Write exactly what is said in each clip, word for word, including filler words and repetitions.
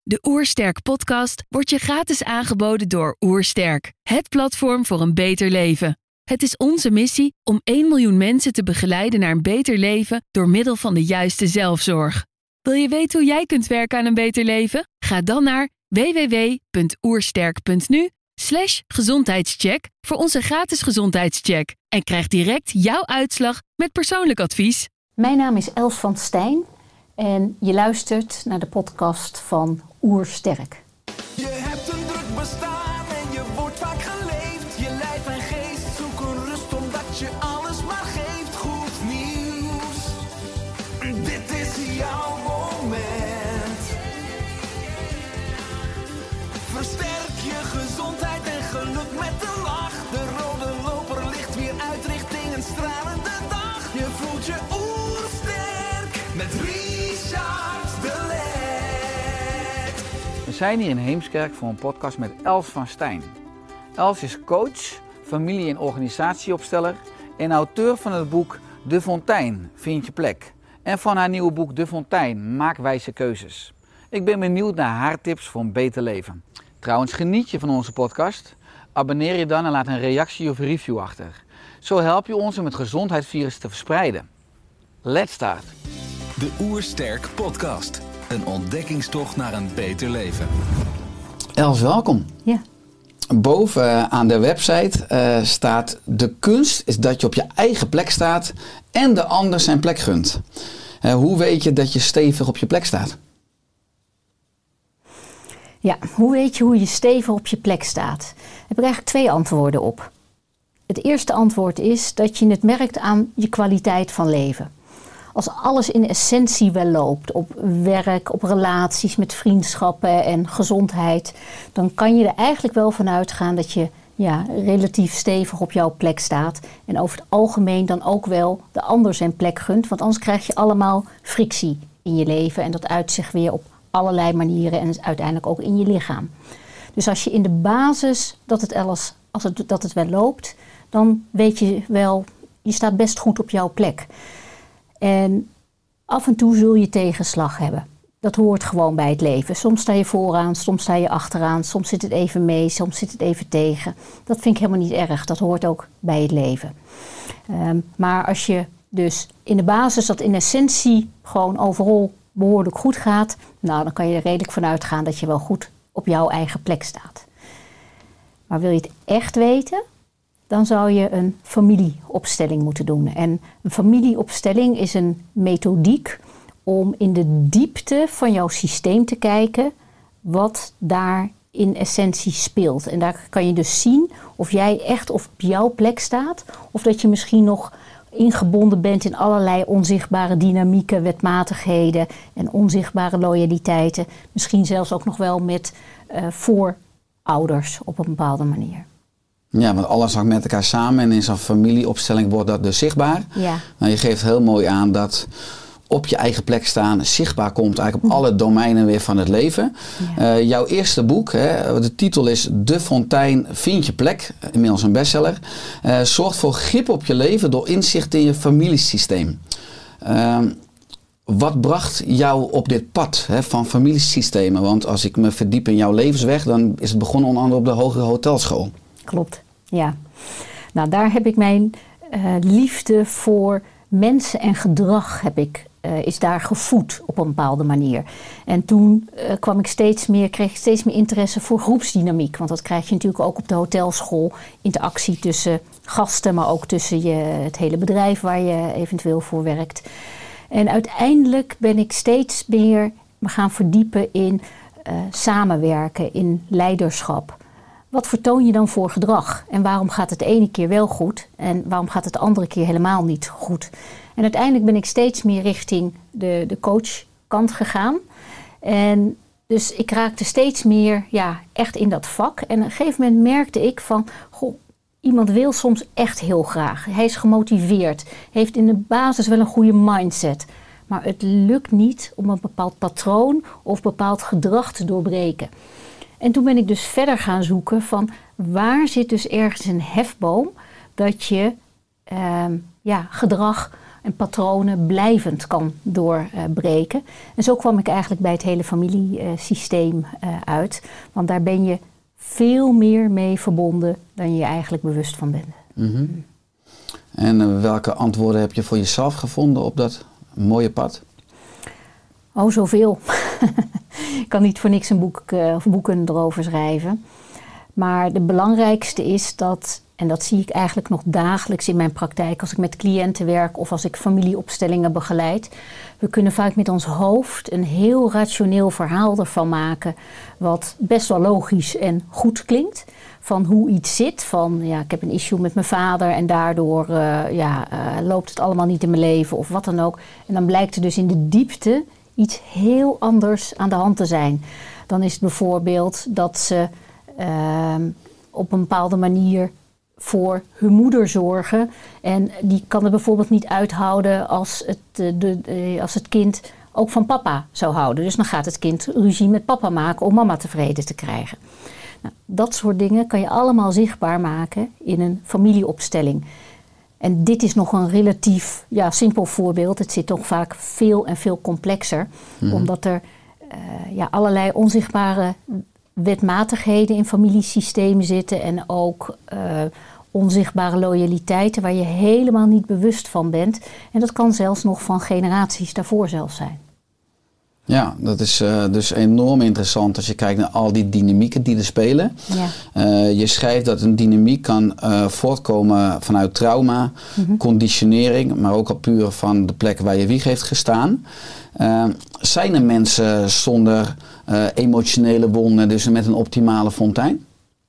De Oersterk podcast wordt je gratis aangeboden door Oersterk, het platform voor een beter leven. Het is onze missie om één miljoen mensen te begeleiden naar een beter leven door middel van de juiste zelfzorg. Wil je weten hoe jij kunt werken aan een beter leven? Ga dan naar www.oersterk.nu slash gezondheidscheck voor onze gratis gezondheidscheck en krijg direct jouw uitslag met persoonlijk advies. Mijn naam is Els van Stijn en je luistert naar de podcast van Oersterk. Je hebt een druk bestaan en je wordt vaak geleefd. Je lijf en geest zoeken rust omdat je alles maar geeft. Goed nieuws, dit is jouw moment. Versterk je gezondheid en geluk met de lach. De rode loper ligt weer uit richting een stralende dag. Je voelt je oersterk met Richard de Let. We zijn hier in Heemskerk voor een podcast met Els van Stijn. Els is coach, familie- en organisatieopsteller en auteur van het boek De Fontein, Vind je plek. En van haar nieuwe boek De Fontein, Maak wijze keuzes. Ik ben benieuwd naar haar tips voor een beter leven. Trouwens, geniet je van onze podcast? Abonneer je dan en laat een reactie of review achter. Zo help je ons om het gezondheidsvirus te verspreiden. Let's start! De Oersterk podcast. Een ontdekkingstocht naar een beter leven. Els, welkom. Ja. Boven aan de website uh, staat: de kunst is dat je op je eigen plek staat en de ander zijn plek gunt. Uh, hoe weet je dat je stevig op je plek staat? Ja, hoe weet je hoe je stevig op je plek staat? Daar heb ik eigenlijk twee antwoorden op. Het eerste antwoord is dat je het merkt aan je kwaliteit van leven. Als alles in essentie wel loopt, op werk, op relaties met vriendschappen en gezondheid, dan kan je er eigenlijk wel van uitgaan dat je ja, relatief stevig op jouw plek staat. En over het algemeen dan ook wel de ander zijn plek gunt, want anders krijg je allemaal frictie in je leven en dat uit zich weer op allerlei manieren en uiteindelijk ook in je lichaam. Dus als je in de basis dat het, alles, als het, dat het wel loopt, dan weet je wel, je staat best goed op jouw plek. En af en toe zul je tegenslag hebben. Dat hoort gewoon bij het leven. Soms sta je vooraan, soms sta je achteraan, soms zit het even mee, soms zit het even tegen. Dat vind ik helemaal niet erg, dat hoort ook bij het leven. Um, maar als je dus in de basis dat in essentie gewoon overal behoorlijk goed gaat, nou dan kan je er redelijk van uitgaan dat je wel goed op jouw eigen plek staat. Maar wil je het echt weten, dan zou je een familieopstelling moeten doen. En een familieopstelling is een methodiek om in de diepte van jouw systeem te kijken wat daar in essentie speelt. En daar kan je dus zien of jij echt op jouw plek staat of dat je misschien nog ingebonden bent in allerlei onzichtbare dynamieken, wetmatigheden en onzichtbare loyaliteiten. Misschien zelfs ook nog wel met uh, voorouders op een bepaalde manier. Ja, want alles hangt met elkaar samen en in zo'n familieopstelling wordt dat dus zichtbaar. Ja. Nou, je geeft heel mooi aan dat op je eigen plek staan zichtbaar komt eigenlijk op alle domeinen weer van het leven. Ja. Uh, jouw eerste boek, hè, de titel is De Fontein, Vind je plek, inmiddels een bestseller, uh, zorgt voor grip op je leven door inzicht in je familiesysteem. Uh, Wat bracht jou op dit pad hè, van familiesystemen? Want als ik me verdiep in jouw levensweg, dan is het begonnen onder andere op de Hogere Hotelschool. Klopt, ja. Nou, daar heb ik mijn uh, liefde voor mensen en gedrag heb ik, uh, is daar gevoed op een bepaalde manier. En toen uh, kwam ik steeds meer, kreeg ik steeds meer interesse voor groepsdynamiek. Want dat krijg je natuurlijk ook op de hotelschool. Interactie tussen gasten, maar ook tussen je, het hele bedrijf waar je eventueel voor werkt. En uiteindelijk ben ik steeds meer me gaan verdiepen in uh, samenwerken, in leiderschap. Wat vertoon je dan voor gedrag? En waarom gaat het de ene keer wel goed en waarom gaat het de andere keer helemaal niet goed? En uiteindelijk ben ik steeds meer richting de, de coachkant gegaan. En dus ik raakte steeds meer ja, echt in dat vak. En op een gegeven moment merkte ik van, goh, iemand wil soms echt heel graag. Hij is gemotiveerd, heeft in de basis wel een goede mindset. Maar het lukt niet om een bepaald patroon of bepaald gedrag te doorbreken. En toen ben ik dus verder gaan zoeken van waar zit dus ergens een hefboom dat je uh, ja, gedrag en patronen blijvend kan doorbreken. En zo kwam ik eigenlijk bij het hele familiesysteem uh, uit. Want daar ben je veel meer mee verbonden dan je je eigenlijk bewust van bent. Mm-hmm. En uh, welke antwoorden heb je voor jezelf gevonden op dat mooie pad? Oh, zoveel. Ik kan niet voor niks een boek uh, of boeken erover schrijven. Maar de belangrijkste is dat, en dat zie ik eigenlijk nog dagelijks in mijn praktijk als ik met cliënten werk of als ik familieopstellingen begeleid. We kunnen vaak met ons hoofd een heel rationeel verhaal ervan maken wat best wel logisch en goed klinkt. Van hoe iets zit, van ja, ik heb een issue met mijn vader en daardoor uh, ja, uh, loopt het allemaal niet in mijn leven of wat dan ook. En dan blijkt er dus in de diepte iets heel anders aan de hand te zijn. Dan is het bijvoorbeeld dat ze uh, op een bepaalde manier voor hun moeder zorgen. En die kan het bijvoorbeeld niet uithouden als het, de, de, als het kind ook van papa zou houden. Dus dan gaat het kind ruzie met papa maken om mama tevreden te krijgen. Nou, dat soort dingen kan je allemaal zichtbaar maken in een familieopstelling. En dit is nog een relatief ja, simpel voorbeeld. Het zit toch vaak veel en veel complexer. Mm. Omdat er uh, ja, allerlei onzichtbare wetmatigheden in familiesystemen zitten. En ook uh, onzichtbare loyaliteiten waar je helemaal niet bewust van bent. En dat kan zelfs nog van generaties daarvoor zelfs zijn. Ja, dat is uh, dus enorm interessant als je kijkt naar al die dynamieken die er spelen. Ja. Uh, je schrijft dat een dynamiek kan uh, voortkomen vanuit trauma, mm-hmm. conditionering, maar ook al puur van de plek waar je wieg heeft gestaan. Uh, zijn er mensen zonder uh, emotionele wonden, dus met een optimale fontein?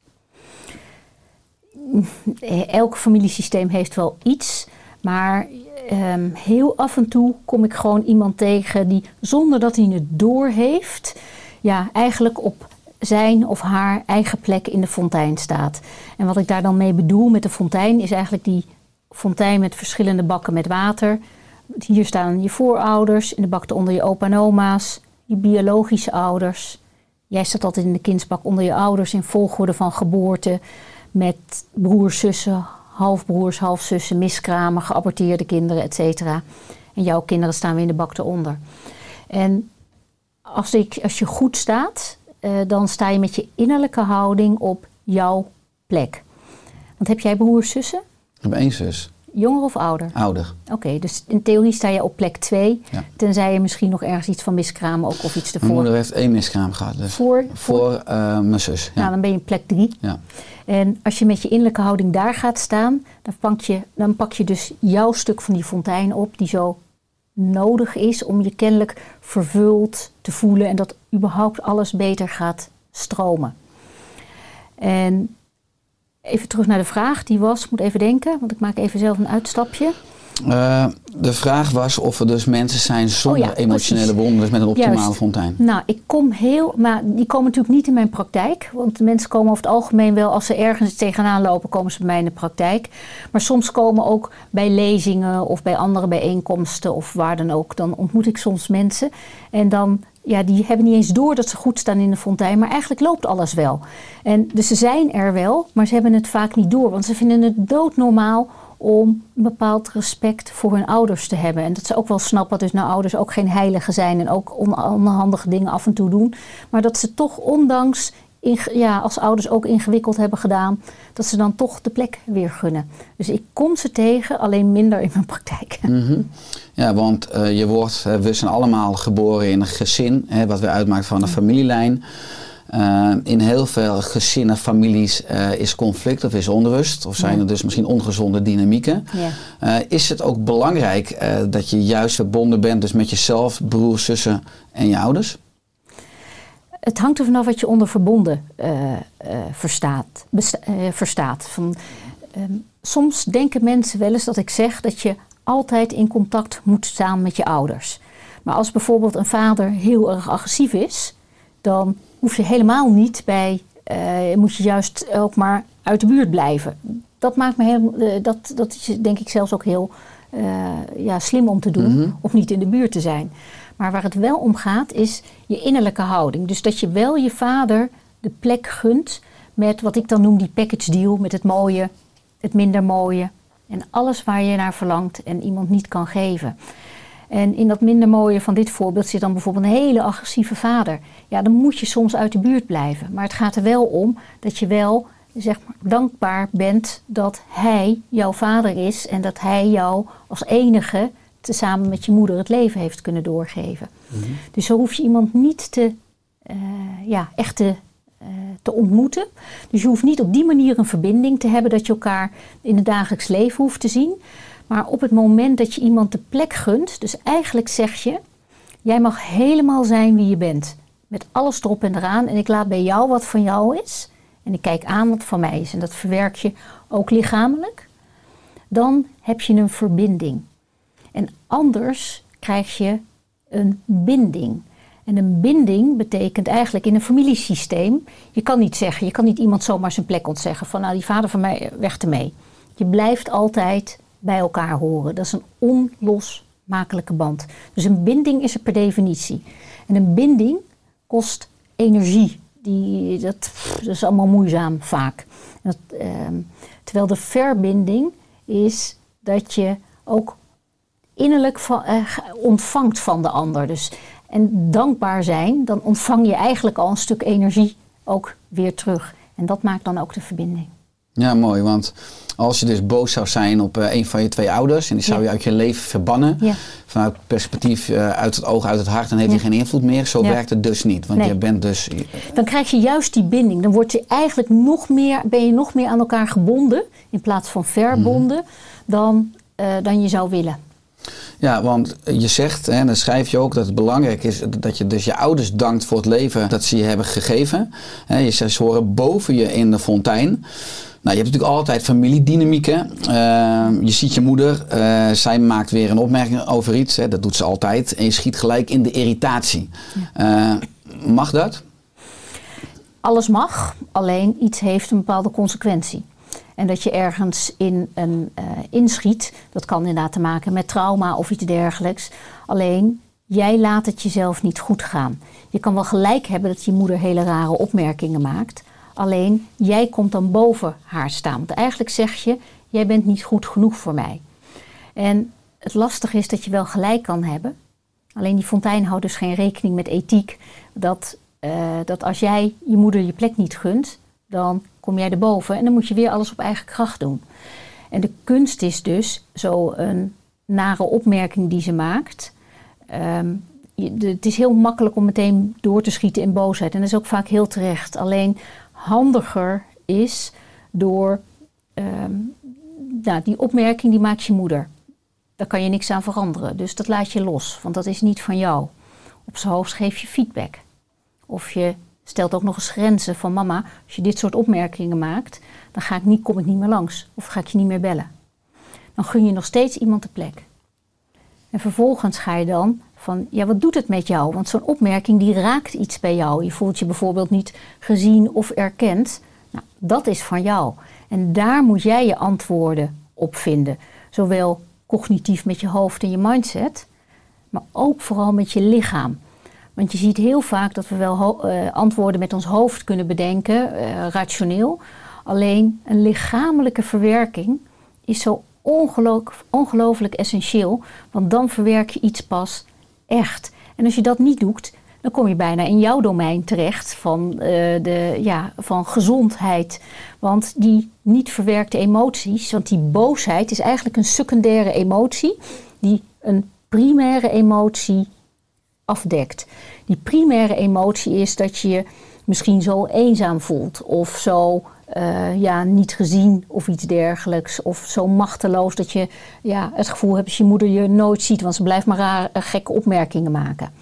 Elk familiesysteem heeft wel iets, maar um, heel af en toe kom ik gewoon iemand tegen die zonder dat hij het doorheeft, ja, eigenlijk op zijn of haar eigen plek in de fontein staat. En wat ik daar dan mee bedoel met de fontein is eigenlijk die fontein met verschillende bakken met water. Hier staan je voorouders, in de bak onder je opa en oma's, je biologische ouders. Jij staat altijd in de kindsbak onder je ouders in volgorde van geboorte met broers, zussen, halfbroers, halfzussen, miskramen, geaborteerde kinderen, et cetera. En jouw kinderen staan weer in de bak eronder. En als, ik, als je goed staat, uh, dan sta je met je innerlijke houding op jouw plek. Want heb jij broers, zussen? Ik heb één zus. Jonger of ouder? Ouder. Oké, okay, dus in theorie sta je op plek twee. Ja. Tenzij je misschien nog ergens iets van miskramen ook of iets ervoor. Mijn moeder heeft één miskraam gehad. Dus voor voor, voor uh, mijn zus. Ja. Nou, dan ben je in plek drie. Ja. En als je met je innerlijke houding daar gaat staan, dan pak je, dan pak je dus jouw stuk van die fontein op die zo nodig is om je kennelijk vervuld te voelen en dat überhaupt alles beter gaat stromen. En even terug naar de vraag, die was, ik moet even denken, want ik maak even zelf een uitstapje. Uh, de vraag was of er dus mensen zijn zonder oh ja, emotionele wonden, dus met een optimale Juist. fontein. Nou, ik kom heel, maar die komen natuurlijk niet in mijn praktijk. Want de mensen komen over het algemeen wel, als ze ergens tegenaan lopen, komen ze bij mij in de praktijk. Maar soms komen ook bij lezingen of bij andere bijeenkomsten of waar dan ook. Dan ontmoet ik soms mensen en dan, ja, die hebben niet eens door dat ze goed staan in de fontein, maar eigenlijk loopt alles wel. En dus ze zijn er wel, maar ze hebben het vaak niet door, want ze vinden het doodnormaal om een bepaald respect voor hun ouders te hebben. En dat ze ook wel snappen dat dus nou ouders ook geen heiligen zijn en ook onhandige dingen af en toe doen. Maar dat ze toch ondanks, ja, als ouders ook ingewikkeld hebben gedaan, dat ze dan toch de plek weer gunnen. Dus ik kom ze tegen, alleen minder in mijn praktijk. Mm-hmm. Ja, want uh, je wordt, uh, we zijn allemaal geboren in een gezin, hè, wat weer uitmaakt van een familielijn. Uh, in heel veel gezinnen, families uh, is conflict of is onrust. Of zijn er dus misschien ongezonde dynamieken. Ja. Uh, is het ook belangrijk uh, dat je juist verbonden bent dus met jezelf, broers, zussen en je ouders? Het hangt er vanaf wat je onder verbonden uh, uh, verstaat. Besta- uh, verstaat. Van, um, soms denken mensen wel eens dat ik zeg dat je altijd in contact moet staan met je ouders. Maar als bijvoorbeeld een vader heel erg agressief is, dan hoef je helemaal niet bij, uh, moet je juist ook maar uit de buurt blijven. Dat maakt me heel, uh, dat, dat is denk ik zelfs ook heel uh, ja, slim om te doen, mm-hmm. of niet in de buurt te zijn. Maar waar het wel om gaat is je innerlijke houding. Dus dat je wel je vader de plek gunt met wat ik dan noem die package deal, met het mooie, het minder mooie En alles waar je naar verlangt en iemand niet kan geven. En in dat minder mooie van dit voorbeeld zit dan bijvoorbeeld een hele agressieve vader. Ja, dan moet je soms uit de buurt blijven. Maar het gaat er wel om dat je wel, zeg maar, dankbaar bent dat hij jouw vader is. En dat hij jou als enige tezamen met je moeder het leven heeft kunnen doorgeven. Mm-hmm. Dus zo hoef je iemand niet te, uh, ja, echt te, uh, te ontmoeten. Dus je hoeft niet op die manier een verbinding te hebben dat je elkaar in het dagelijks leven hoeft te zien. Maar op het moment dat je iemand de plek gunt, dus eigenlijk zeg je, jij mag helemaal zijn wie je bent. Met alles erop en eraan. En ik laat bij jou wat van jou is. En ik kijk aan wat van mij is. En dat verwerk je ook lichamelijk. Dan heb je een verbinding. En anders krijg je een binding. En een binding betekent eigenlijk in een familiesysteem, je kan niet zeggen, je kan niet iemand zomaar zijn plek ontzeggen van nou die vader van mij, weg ermee. Je blijft altijd bij elkaar horen. Dat is een onlosmakelijke band. Dus een binding is er per definitie. En een binding kost energie. Die, dat, dat is allemaal moeizaam vaak. Dat, eh, terwijl de verbinding is dat je ook innerlijk van, eh, ontvangt van de ander. Dus, en dankbaar zijn, dan ontvang je eigenlijk al een stuk energie ook weer terug. En dat maakt dan ook de verbinding. Ja, mooi. Want als je dus boos zou zijn op uh, een van je twee ouders en die zou ja. je uit je leven verbannen, ja. vanuit perspectief uh, uit het oog, uit het hart, dan heeft ja. hij geen invloed meer. Zo ja. werkt het dus niet. Want nee. je bent dus... Uh, dan krijg je juist die binding. Dan word je eigenlijk nog meer, ben je nog meer aan elkaar gebonden in plaats van verbonden mm. dan, uh, dan je zou willen. Ja, want je zegt, en dan schrijf je ook dat het belangrijk is dat je dus je ouders dankt voor het leven dat ze je hebben gegeven. Je zegt, ze horen boven je in de fontein. Nou, je hebt natuurlijk altijd familiedynamieken. Uh, je ziet je moeder, uh, zij maakt weer een opmerking over iets. Hè, dat doet ze altijd. En je schiet gelijk in de irritatie. Ja. Uh, mag dat? Alles mag, alleen iets heeft een bepaalde consequentie. En dat je ergens in een uh, inschiet, dat kan inderdaad te maken met trauma of iets dergelijks. Alleen, jij laat het jezelf niet goed gaan. Je kan wel gelijk hebben dat je moeder hele rare opmerkingen maakt. Alleen, jij komt dan boven haar staan. Want eigenlijk zeg je, jij bent niet goed genoeg voor mij. En het lastige is dat je wel gelijk kan hebben. Alleen die fontein houdt dus geen rekening met ethiek. Dat, uh, dat als jij je moeder je plek niet gunt, dan kom jij erboven en dan moet je weer alles op eigen kracht doen. En de kunst is dus zo'n nare opmerking die ze maakt. Um, je, de, het is heel makkelijk om meteen door te schieten in boosheid. En dat is ook vaak heel terecht. Alleen handiger is door um, nou, die opmerking die maakt je moeder. Daar kan je niks aan veranderen. Dus dat laat je los, want dat is niet van jou. Op z'n hoogst geef je feedback. Of je stelt ook nog eens grenzen van mama, als je dit soort opmerkingen maakt, dan ga ik niet, kom ik niet meer langs. Of ga ik je niet meer bellen. Dan gun je nog steeds iemand de plek. En vervolgens ga je dan van, ja, wat doet het met jou? Want zo'n opmerking die raakt iets bij jou. Je voelt je bijvoorbeeld niet gezien of erkend. Nou, dat is van jou. En daar moet jij je antwoorden op vinden. Zowel cognitief met je hoofd en je mindset, maar ook vooral met je lichaam. Want je ziet heel vaak dat we wel ho- uh, antwoorden met ons hoofd kunnen bedenken, uh, rationeel. Alleen een lichamelijke verwerking is zo ongeloof, ongelooflijk essentieel. Want dan verwerk je iets pas echt. En als je dat niet doet, dan kom je bijna in jouw domein terecht van, uh, de, ja, van gezondheid. Want die niet verwerkte emoties, want die boosheid is eigenlijk een secundaire emotie die een primaire emotie afdekt. Die primaire emotie is dat je je misschien zo eenzaam voelt of zo uh, ja, niet gezien of iets dergelijks. Of zo machteloos dat je ja, het gevoel hebt dat je moeder je nooit ziet, want ze blijft maar rare, gekke opmerkingen maken.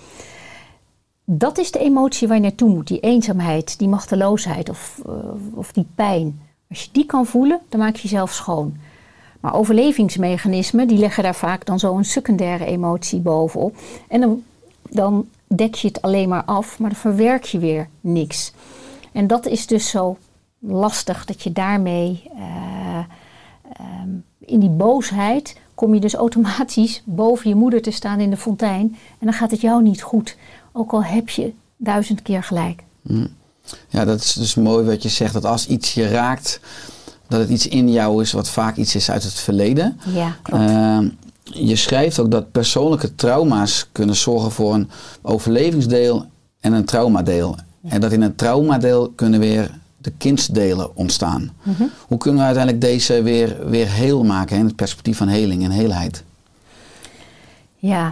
Dat is de emotie waar je naartoe moet, die eenzaamheid, die machteloosheid of, uh, of die pijn. Als je die kan voelen, dan maak je jezelf schoon. Maar overlevingsmechanismen, die leggen daar vaak dan zo een secundaire emotie bovenop. En dan, dan dek je het alleen maar af, maar dan verwerk je weer niks. En dat is dus zo lastig dat je daarmee, uh, um, in die boosheid, kom je dus automatisch boven je moeder te staan in de fontein. En dan gaat het jou niet goed. Ook al heb je duizend keer gelijk. Ja, dat is dus mooi wat je zegt. Dat als iets je raakt, dat het iets in jou is wat vaak iets is uit het verleden. Ja, klopt. Uh, je schrijft ook dat persoonlijke trauma's kunnen zorgen voor een overlevingsdeel en een traumadeel. Ja. En dat in een traumadeel kunnen weer de kindsdelen ontstaan. Mm-hmm. Hoe kunnen we uiteindelijk deze weer, weer heel maken in het perspectief van heling en heelheid? Ja,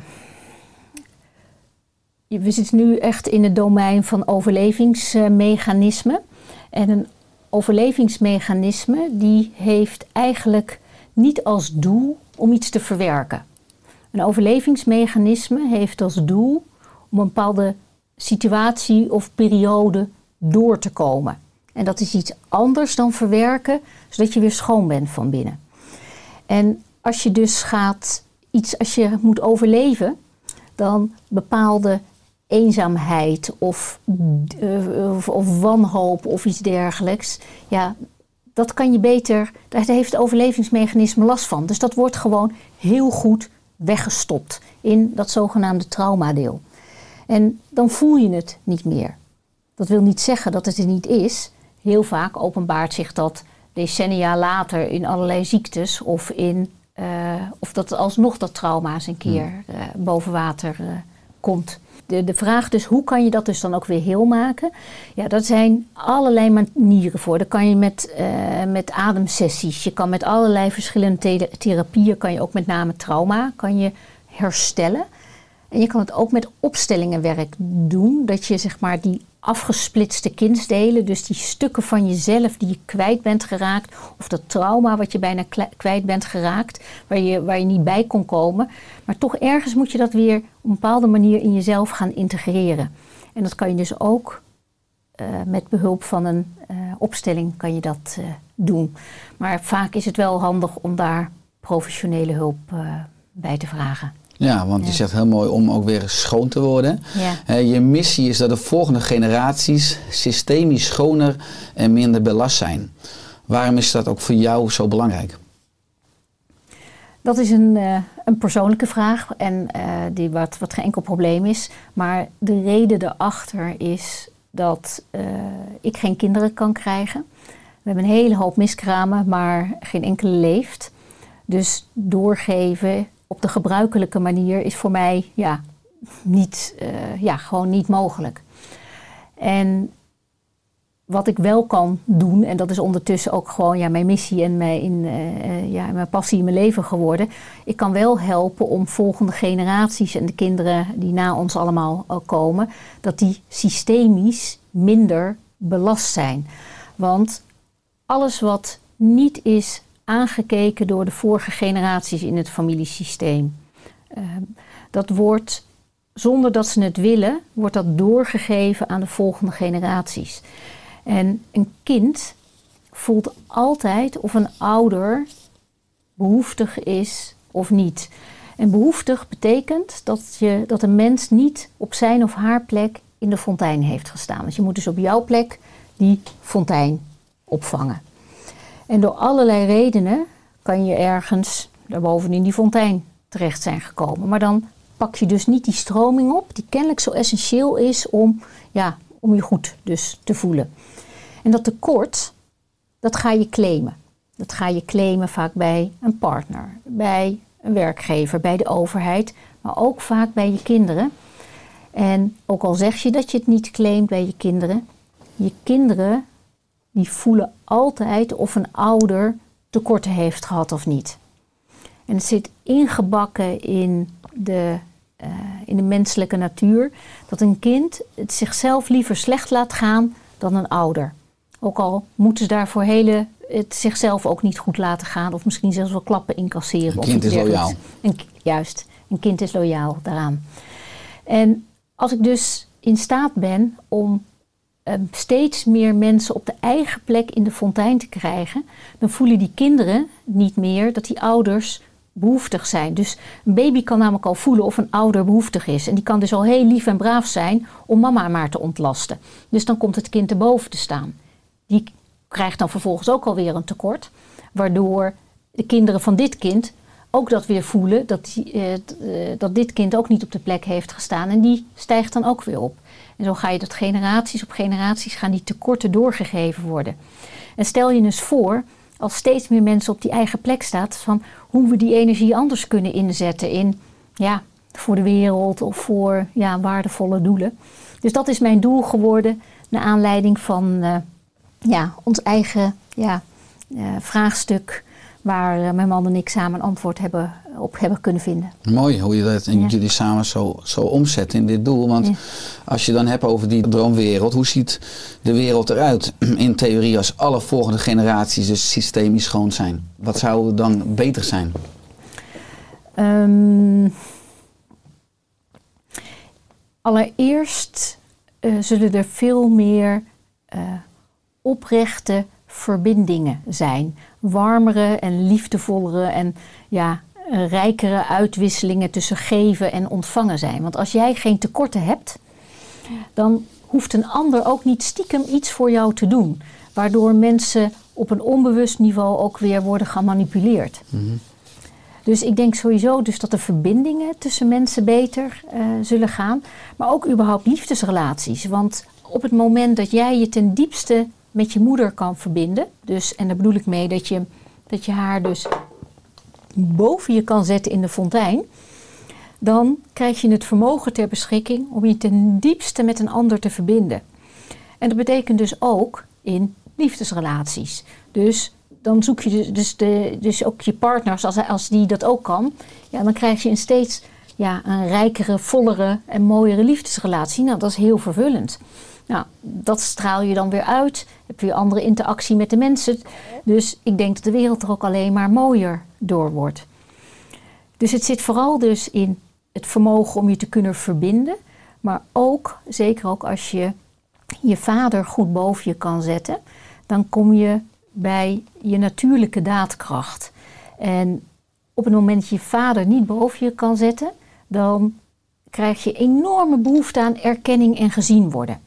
we zitten nu echt in het domein van overlevingsmechanismen. En een overlevingsmechanisme die heeft eigenlijk niet als doel om iets te verwerken. Een overlevingsmechanisme heeft als doel om een bepaalde situatie of periode door te komen. En dat is iets anders dan verwerken, zodat je weer schoon bent van binnen. En als je dus gaat iets, als je moet overleven, dan bepaalde eenzaamheid of, uh, of, of wanhoop of iets dergelijks, ja, dat kan je beter, daar heeft het overlevingsmechanisme last van. Dus dat wordt gewoon heel goed weggestopt in dat zogenaamde traumadeel. En dan voel je het niet meer. Dat wil niet zeggen dat het er niet is. Heel vaak openbaart zich dat decennia later in allerlei ziektes of, in, uh, of dat alsnog dat trauma eens een keer uh, boven water uh, komt. De, de vraag dus, hoe kan je dat dus dan ook weer heel maken? Ja, dat zijn allerlei manieren voor. Dat kan je met, uh, met ademsessies. Je kan met allerlei verschillende te- therapieën, kan je ook met name trauma, kan je herstellen. En je kan het ook met opstellingenwerk doen. Dat je zeg maar die afgesplitste kindsdelen, dus die stukken van jezelf die je kwijt bent geraakt, of dat trauma wat je bijna kwijt bent geraakt, waar je, waar je niet bij kon komen. Maar toch ergens moet je dat weer op een bepaalde manier in jezelf gaan integreren. En dat kan je dus ook uh, met behulp van een uh, opstelling kan je dat uh, doen. Maar vaak is het wel handig om daar professionele hulp uh, bij te vragen. Ja, want ja. Je zegt heel mooi om ook weer schoon te worden. Ja. Uh, je missie is dat de volgende generaties systemisch schoner en minder belast zijn. Waarom is dat ook voor jou zo belangrijk? Dat is een, uh, een persoonlijke vraag en uh, die wat, wat geen enkel probleem is. Maar de reden daarachter is dat uh, ik geen kinderen kan krijgen. We hebben een hele hoop miskramen, maar geen enkele leeft. Dus doorgeven op de gebruikelijke manier is voor mij ja, niet, uh, ja, gewoon niet mogelijk. En wat ik wel kan doen, en dat is ondertussen ook gewoon ja, mijn missie en mijn, uh, ja, mijn passie in mijn leven geworden. Ik kan wel helpen om volgende generaties en de kinderen die na ons allemaal komen, dat die systemisch minder belast zijn. Want alles wat niet is aangekeken door de vorige generaties in het familiesysteem. Uh, dat wordt, zonder dat ze het willen, wordt dat doorgegeven aan de volgende generaties. En een kind voelt altijd of een ouder behoeftig is of niet. En behoeftig betekent dat, je, dat een mens niet op zijn of haar plek in de fontein heeft gestaan. Dus je moet dus op jouw plek die fontein opvangen. En door allerlei redenen kan je ergens daarboven in die fontein terecht zijn gekomen. Maar dan pak je dus niet die stroming op die kennelijk zo essentieel is om, ja, om je goed dus te voelen. En dat tekort, dat ga je claimen. Dat ga je claimen vaak bij een partner, bij een werkgever, bij de overheid, maar ook vaak bij je kinderen. En ook al zeg je dat je het niet claimt bij je kinderen, je kinderen die voelen altijd of een ouder tekorten heeft gehad of niet. En het zit ingebakken in de, uh, in de menselijke natuur dat een kind het zichzelf liever slecht laat gaan dan een ouder. Ook al moeten ze daarvoor hele, het zichzelf ook niet goed laten gaan of misschien zelfs wel klappen incasseren. Een kind is loyaal. Een, juist, een kind is loyaal daaraan. En als ik dus in staat ben om Um, steeds meer mensen op de eigen plek in de fontein te krijgen, dan voelen die kinderen niet meer dat die ouders behoeftig zijn. Dus een baby kan namelijk al voelen of een ouder behoeftig is. En die kan dus al heel lief en braaf zijn om mama maar te ontlasten. Dus dan komt het kind erboven te staan. Die krijgt dan vervolgens ook alweer een tekort, waardoor de kinderen van dit kind ook dat weer voelen, dat, die, uh, dat dit kind ook niet op de plek heeft gestaan. En die stijgt dan ook weer op. En zo ga je dat generaties op generaties gaan die tekorten doorgegeven worden. En stel je eens voor als steeds meer mensen op die eigen plek staat, van hoe we die energie anders kunnen inzetten in, ja, voor de wereld of voor ja, waardevolle doelen. Dus dat is mijn doel geworden, naar aanleiding van uh, ja, ons eigen ja, uh, vraagstuk, waar uh, mijn man en ik samen een antwoord hebben, op hebben kunnen vinden. Mooi hoe je dat en ja. jullie samen zo, zo omzetten in dit doel. Want ja. als je dan hebt over die droomwereld, hoe ziet de wereld eruit in theorie als alle volgende generaties dus systemisch schoon zijn? Wat zou dan beter zijn? Um, allereerst uh, zullen er veel meer uh, oprechte verbindingen zijn. Warmere en liefdevollere en ja, rijkere uitwisselingen tussen geven en ontvangen zijn. Want als jij geen tekorten hebt, dan hoeft een ander ook niet stiekem iets voor jou te doen. Waardoor mensen op een onbewust niveau ook weer worden gemanipuleerd. Mm-hmm. Dus ik denk sowieso dus dat de verbindingen tussen mensen beter uh, zullen gaan. Maar ook überhaupt liefdesrelaties. Want op het moment dat jij je ten diepste met je moeder kan verbinden. Dus, en daar bedoel ik mee dat je, dat je haar dus boven je kan zetten in de fontein. Dan krijg je het vermogen ter beschikking om je ten diepste met een ander te verbinden. En dat betekent dus ook in liefdesrelaties. Dus dan zoek je dus, de, dus ook je partners, als, als die dat ook kan. Ja, dan krijg je een steeds ja, een rijkere, vollere en mooiere liefdesrelatie. Nou, dat is heel vervullend. Nou, dat straal je dan weer uit. Heb je andere interactie met de mensen. Dus ik denk dat de wereld er ook alleen maar mooier door wordt. Dus het zit vooral dus in het vermogen om je te kunnen verbinden. Maar ook, zeker ook als je je vader goed boven je kan zetten, dan kom je bij je natuurlijke daadkracht. En op het moment dat je je vader niet boven je kan zetten, dan krijg je enorme behoefte aan erkenning en gezien worden.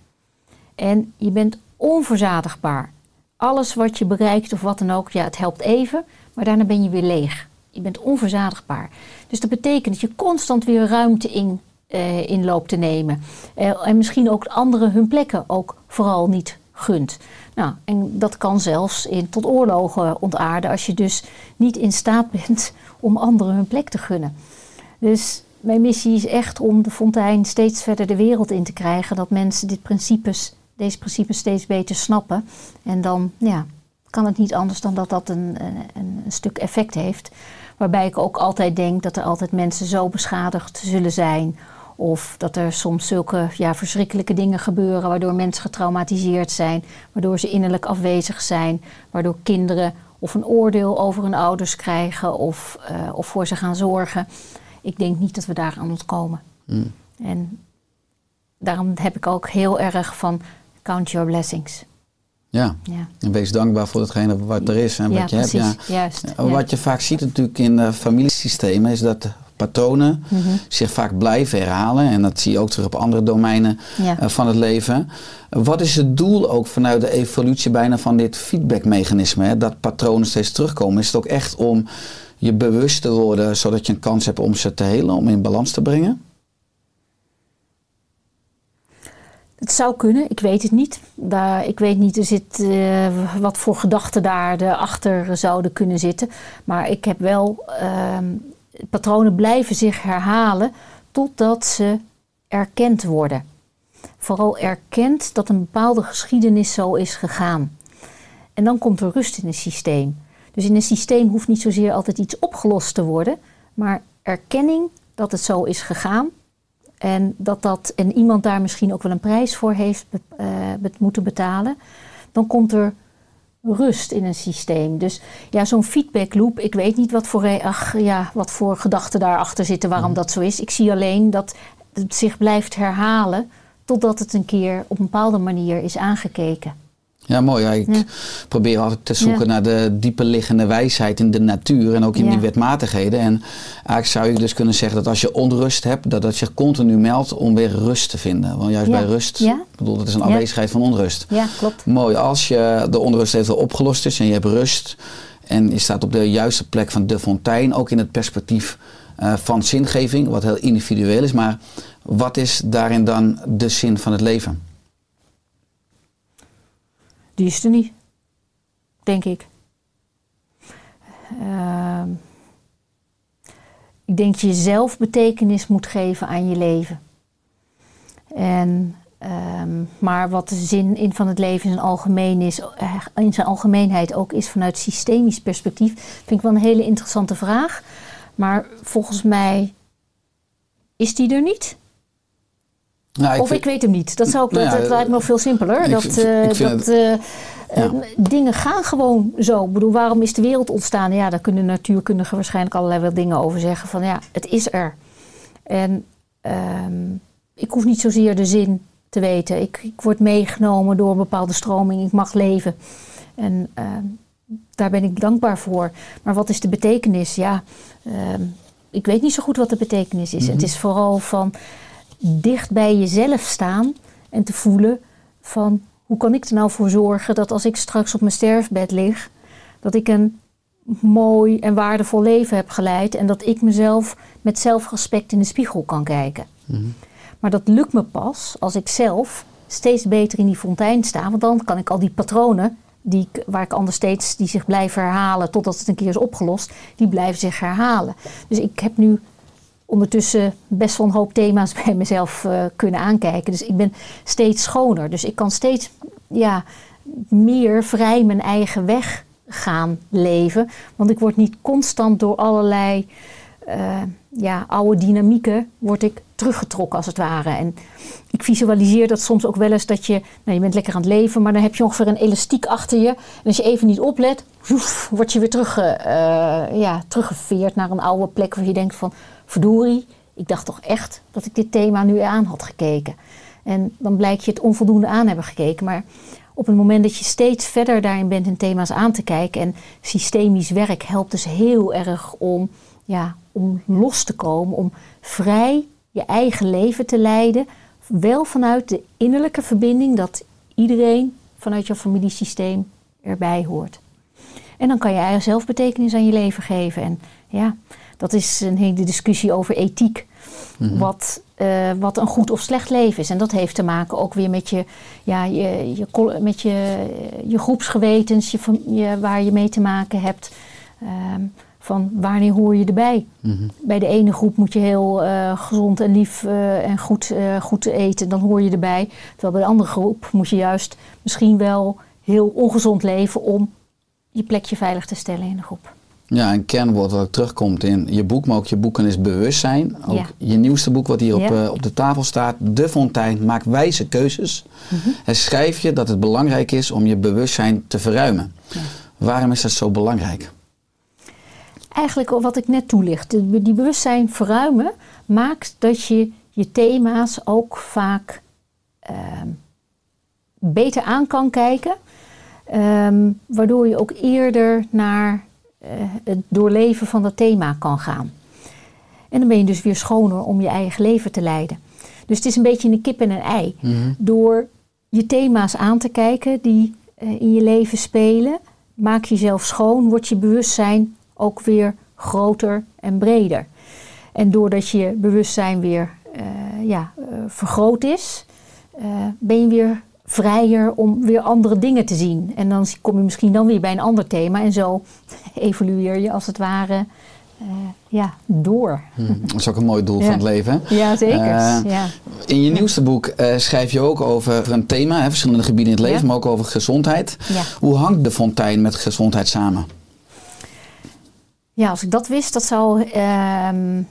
En je bent onverzadigbaar. Alles wat je bereikt of wat dan ook, ja, het helpt even, maar daarna ben je weer leeg. Je bent onverzadigbaar. Dus dat betekent dat je constant weer ruimte in, uh, in loopt te nemen. Uh, en misschien ook anderen hun plekken ook vooral niet gunt. Nou, en dat kan zelfs in, tot oorlogen ontaarden als je dus niet in staat bent om anderen hun plek te gunnen. Dus mijn missie is echt om de fontein steeds verder de wereld in te krijgen. Dat mensen dit principes, deze principes steeds beter snappen. En dan ja, kan het niet anders dan dat dat een, een, een stuk effect heeft. Waarbij ik ook altijd denk dat er altijd mensen zo beschadigd zullen zijn. Of dat er soms zulke ja, verschrikkelijke dingen gebeuren waardoor mensen getraumatiseerd zijn. Waardoor ze innerlijk afwezig zijn. Waardoor kinderen of een oordeel over hun ouders krijgen of, uh, of voor ze gaan zorgen. Ik denk niet dat we daar aan ontkomen. Mm. En daarom heb ik ook heel erg van count your blessings. Ja, ja. En wees dankbaar voor hetgene wat er is en ja, wat je precies. hebt. Ja. Juist, wat ja. je vaak ziet natuurlijk in uh, familiesystemen is dat patronen mm-hmm. zich vaak blijven herhalen. En dat zie je ook terug op andere domeinen ja. uh, van het leven. Uh, wat is het doel ook vanuit de evolutie bijna van dit feedbackmechanisme? Hè? Dat patronen steeds terugkomen. Is het ook echt om je bewust te worden zodat je een kans hebt om ze te helen, om in balans te brengen? Het zou kunnen, ik weet het niet. Daar, ik weet niet er zit, uh, wat voor gedachten daar achter zouden kunnen zitten. Maar ik heb wel, uh, patronen blijven zich herhalen totdat ze erkend worden. Vooral erkend dat een bepaalde geschiedenis zo is gegaan. En dan komt er rust in het systeem. Dus in een systeem hoeft niet zozeer altijd iets opgelost te worden, maar erkenning dat het zo is gegaan. En dat dat en iemand daar misschien ook wel een prijs voor heeft uh, moeten betalen. Dan komt er rust in een systeem. Dus ja, zo'n feedbackloop. Ik weet niet wat voor, ach, ja, wat voor gedachten daarachter zitten, waarom mm. dat zo is. Ik zie alleen dat het zich blijft herhalen totdat het een keer op een bepaalde manier is aangekeken. Ja, mooi. Ja, ik ja. probeer altijd te zoeken ja. naar de diepe liggende wijsheid in de natuur en ook in ja. die wetmatigheden. En eigenlijk zou je dus kunnen zeggen dat als je onrust hebt, dat dat zich continu meldt om weer rust te vinden. Want juist ja. bij rust, ja. ik bedoel, dat is een afwezigheid ja. van onrust. Ja, klopt. Mooi. Als je de onrust even opgelost is en je hebt rust en je staat op de juiste plek van de fontein, ook in het perspectief uh, van zingeving, wat heel individueel is. Maar wat is daarin dan de zin van het leven? Die is er niet, denk ik. Uh, ik denk dat je zelf betekenis moet geven aan je leven. En, um, maar wat de zin in van het leven in zijn, algemeen is, in zijn algemeenheid ook is vanuit systemisch perspectief, vind ik wel een hele interessante vraag. Maar volgens mij is die er niet. Nou, ik of vind, ik weet hem niet. Dat, zou ik, nou ja, dat lijkt me nog veel simpeler. Ik, dat uh, ik dat uh, ja. uh, dingen gaan gewoon zo. Ik bedoel, waarom is de wereld ontstaan? Ja, daar kunnen natuurkundigen waarschijnlijk allerlei wel dingen over zeggen. Van ja, het is er. En um, ik hoef niet zozeer de zin te weten. Ik, ik word meegenomen door een bepaalde stroming. Ik mag leven. En uh, daar ben ik dankbaar voor. Maar wat is de betekenis? Ja, uh, ik weet niet zo goed wat de betekenis is. Mm-hmm. Het is vooral van dicht bij jezelf staan en te voelen van hoe kan ik er nou voor zorgen dat als ik straks op mijn sterfbed lig, dat ik een mooi en waardevol leven heb geleid en dat ik mezelf met zelfrespect in de spiegel kan kijken. Mm-hmm. Maar dat lukt me pas als ik zelf steeds beter in die fontein sta, want dan kan ik al die patronen die ik, waar ik anders steeds die zich blijven herhalen totdat het een keer is opgelost, die blijven zich herhalen. Dus ik heb nu ondertussen best wel een hoop thema's bij mezelf uh, kunnen aankijken. Dus ik ben steeds schoner. Dus ik kan steeds ja, meer vrij mijn eigen weg gaan leven. Want ik word niet constant door allerlei uh, ja, oude dynamieken word ik teruggetrokken als het ware. En ik visualiseer dat soms ook wel eens dat je, nou, je bent lekker aan het leven, maar dan heb je ongeveer een elastiek achter je. En als je even niet oplet, woef, word je weer terug, uh, ja, teruggeveerd naar een oude plek waar je denkt van, verdorie, ik dacht toch echt dat ik dit thema nu aan had gekeken. En dan blijkt je het onvoldoende aan hebben gekeken. Maar op het moment dat je steeds verder daarin bent in thema's aan te kijken, en systemisch werk helpt dus heel erg om, ja, om los te komen, om vrij je eigen leven te leiden, wel vanuit de innerlijke verbinding dat iedereen vanuit jouw familiesysteem erbij hoort. En dan kan je eigen zelf betekenis aan je leven geven. En ja, dat is een hele discussie over ethiek. Mm-hmm. Wat, uh, wat een goed of slecht leven is. En dat heeft te maken ook weer met je, ja, je, je, met je, je groepsgewetens, je, je, waar je mee te maken hebt. Um, van wanneer hoor je erbij? Mm-hmm. Bij de ene groep moet je heel uh, gezond en lief uh, en goed, uh, goed eten. Dan hoor je erbij. Terwijl bij de andere groep moet je juist misschien wel heel ongezond leven om je plekje veilig te stellen in de groep. Ja, een kernwoord wat ook terugkomt in je boek, maar ook je boeken is bewustzijn. Ook ja. Je nieuwste boek wat hier ja. op, uh, op de tafel staat, De Fontein, maak wijze keuzes. Mm-hmm. En schrijf je dat het belangrijk is om je bewustzijn te verruimen. Ja. Waarom is dat zo belangrijk? Eigenlijk wat ik net toelicht, die bewustzijn verruimen maakt dat je je thema's ook vaak uh, beter aan kan kijken. Um, waardoor je ook eerder naar uh, het doorleven van dat thema kan gaan. En dan ben je dus weer schoner om je eigen leven te leiden. Dus het is een beetje een kip en een ei. Mm-hmm. Door je thema's aan te kijken die uh, in je leven spelen, maak je jezelf schoon, wordt je bewustzijn ook weer groter en breder. En doordat je bewustzijn weer uh, ja, uh, vergroot is, uh, ben je weer vrijer om weer andere dingen te zien. En dan kom je misschien dan weer bij een ander thema. En zo evolueer je als het ware uh, ja, door. Hmm, dat is ook een mooi doel ja. van het leven. Ja, zeker. Uh, ja. In je nieuwste boek uh, schrijf je ook over een thema, hè, verschillende gebieden in het leven, ja. maar ook over gezondheid. Ja. Hoe hangt de fontein met gezondheid samen? Ja, als ik dat wist, dat zou, uh, uh,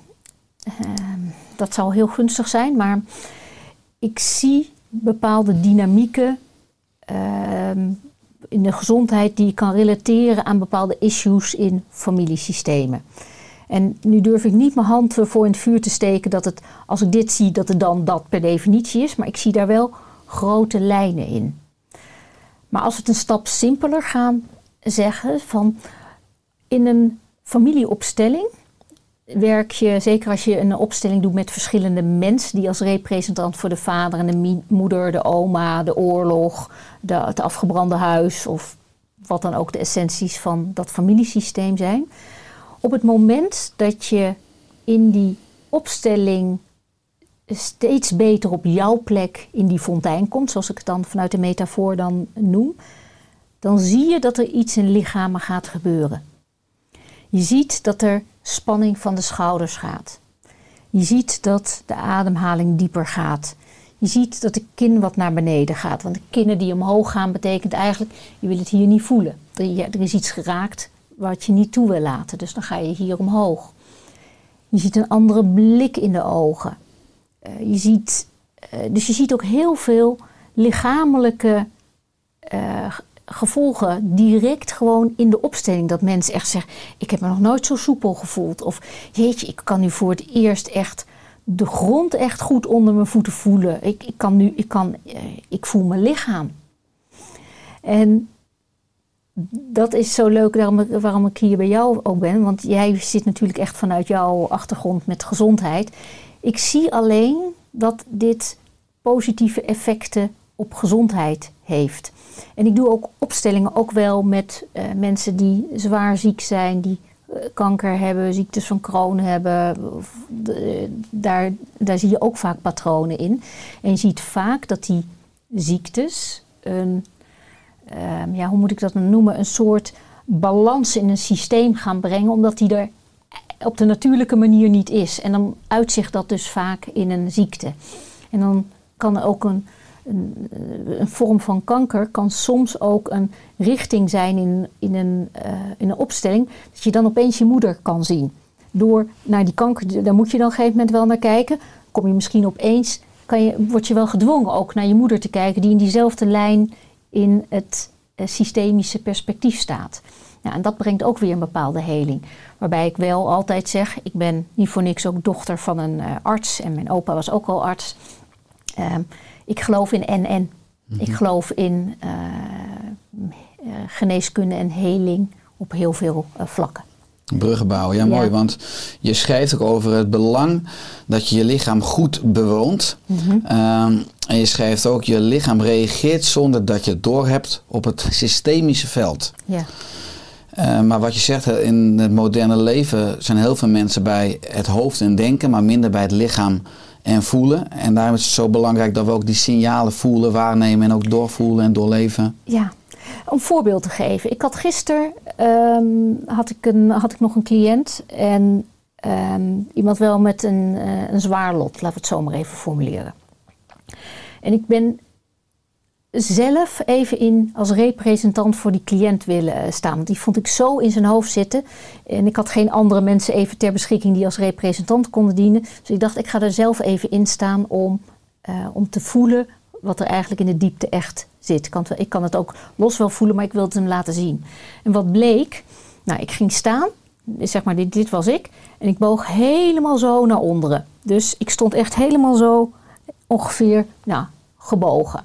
dat zou heel gunstig zijn. Maar ik zie bepaalde dynamieken uh, in de gezondheid die ik kan relateren aan bepaalde issues in familiesystemen. En nu durf ik niet mijn hand voor in het vuur te steken dat het, als ik dit zie, dat het dan dat per definitie is. Maar ik zie daar wel grote lijnen in. Maar als we het een stap simpeler gaan zeggen, van in een familieopstelling werk je, zeker als je een opstelling doet met verschillende mensen die als representant voor de vader en de mi- moeder, de oma, de oorlog, de, het afgebrande huis of wat dan ook de essenties van dat familiesysteem zijn. Op het moment dat je in die opstelling steeds beter op jouw plek in die fontein komt, zoals ik het dan vanuit de metafoor dan noem, dan zie je dat er iets in lichamen gaat gebeuren. Je ziet dat er spanning van de schouders gaat. Je ziet dat de ademhaling dieper gaat. Je ziet dat de kin wat naar beneden gaat. Want de kinnen die omhoog gaan betekent eigenlijk, je wil het hier niet voelen. Er is iets geraakt wat je niet toe wil laten. Dus dan ga je hier omhoog. Je ziet een andere blik in de ogen. Uh, je ziet, uh, dus je ziet ook heel veel lichamelijke uh, gevolgen direct gewoon in de opstelling. Dat mensen echt zeggen, ik heb me nog nooit zo soepel gevoeld. Of jeetje, ik kan nu voor het eerst echt de grond echt goed onder mijn voeten voelen. Ik, ik kan nu, ik kan, uh, ik voel mijn lichaam. En dat is zo leuk daarom, waarom ik hier bij jou ook ben. Want jij zit natuurlijk echt vanuit jouw achtergrond met gezondheid. Ik zie alleen dat dit positieve effecten op gezondheid heeft. En ik doe ook opstellingen ook wel met uh, mensen die zwaar ziek zijn, die uh, kanker hebben, ziektes van Crohn hebben. Uh, daar, daar zie je ook vaak patronen in. En je ziet vaak dat die ziektes een, uh, ja, hoe moet ik dat nou noemen, een soort balans in een systeem gaan brengen, omdat die er op de natuurlijke manier niet is. En dan uitzicht dat dus vaak in een ziekte. En dan kan er ook een, een, een vorm van kanker kan soms ook een richting zijn in, in, een, uh, in een opstelling, dat je dan opeens je moeder kan zien. Door naar die kanker, daar moet je dan op een gegeven moment wel naar kijken. Kom je misschien opeens, kan je, word je wel gedwongen ook naar je moeder te kijken, die in diezelfde lijn in het uh, systemische perspectief staat. Ja, en dat brengt ook weer een bepaalde heling. Waarbij ik wel altijd zeg, ik ben niet voor niks ook dochter van een uh, arts. En mijn opa was ook al arts. Uh, ik geloof in en en. Mm-hmm. Ik geloof in uh, uh, geneeskunde en heling op heel veel uh, vlakken. Bruggen bouwen, ja, ja mooi. Want je schrijft ook over het belang dat je je lichaam goed bewoont. Mm-hmm. Um, en je schrijft ook, je lichaam reageert zonder dat je het doorhebt op het systemische veld. Ja. Uh, maar wat je zegt, in het moderne leven zijn heel veel mensen bij het hoofd en denken, maar minder bij het lichaam en voelen. En daarom is het zo belangrijk dat we ook die signalen voelen, waarnemen en ook doorvoelen en doorleven. Ja, om een voorbeeld te geven. Ik had gisteren um, had ik een, had ik nog een cliënt en um, iemand wel met een, uh, een zwaar lot, laten we het zo maar even formuleren. En ik ben zelf even in als representant voor die cliënt willen staan. Want die vond ik zo in zijn hoofd zitten. En ik had geen andere mensen even ter beschikking die als representant konden dienen. Dus ik dacht, ik ga er zelf even in staan om, uh, om te voelen wat er eigenlijk in de diepte echt zit. Ik kan, het, ik kan het ook los wel voelen, maar ik wil het hem laten zien. En wat bleek, nou, ik ging staan, zeg maar, dit, dit was ik. En ik boog helemaal zo naar onderen. Dus ik stond echt helemaal zo ongeveer, nou, gebogen.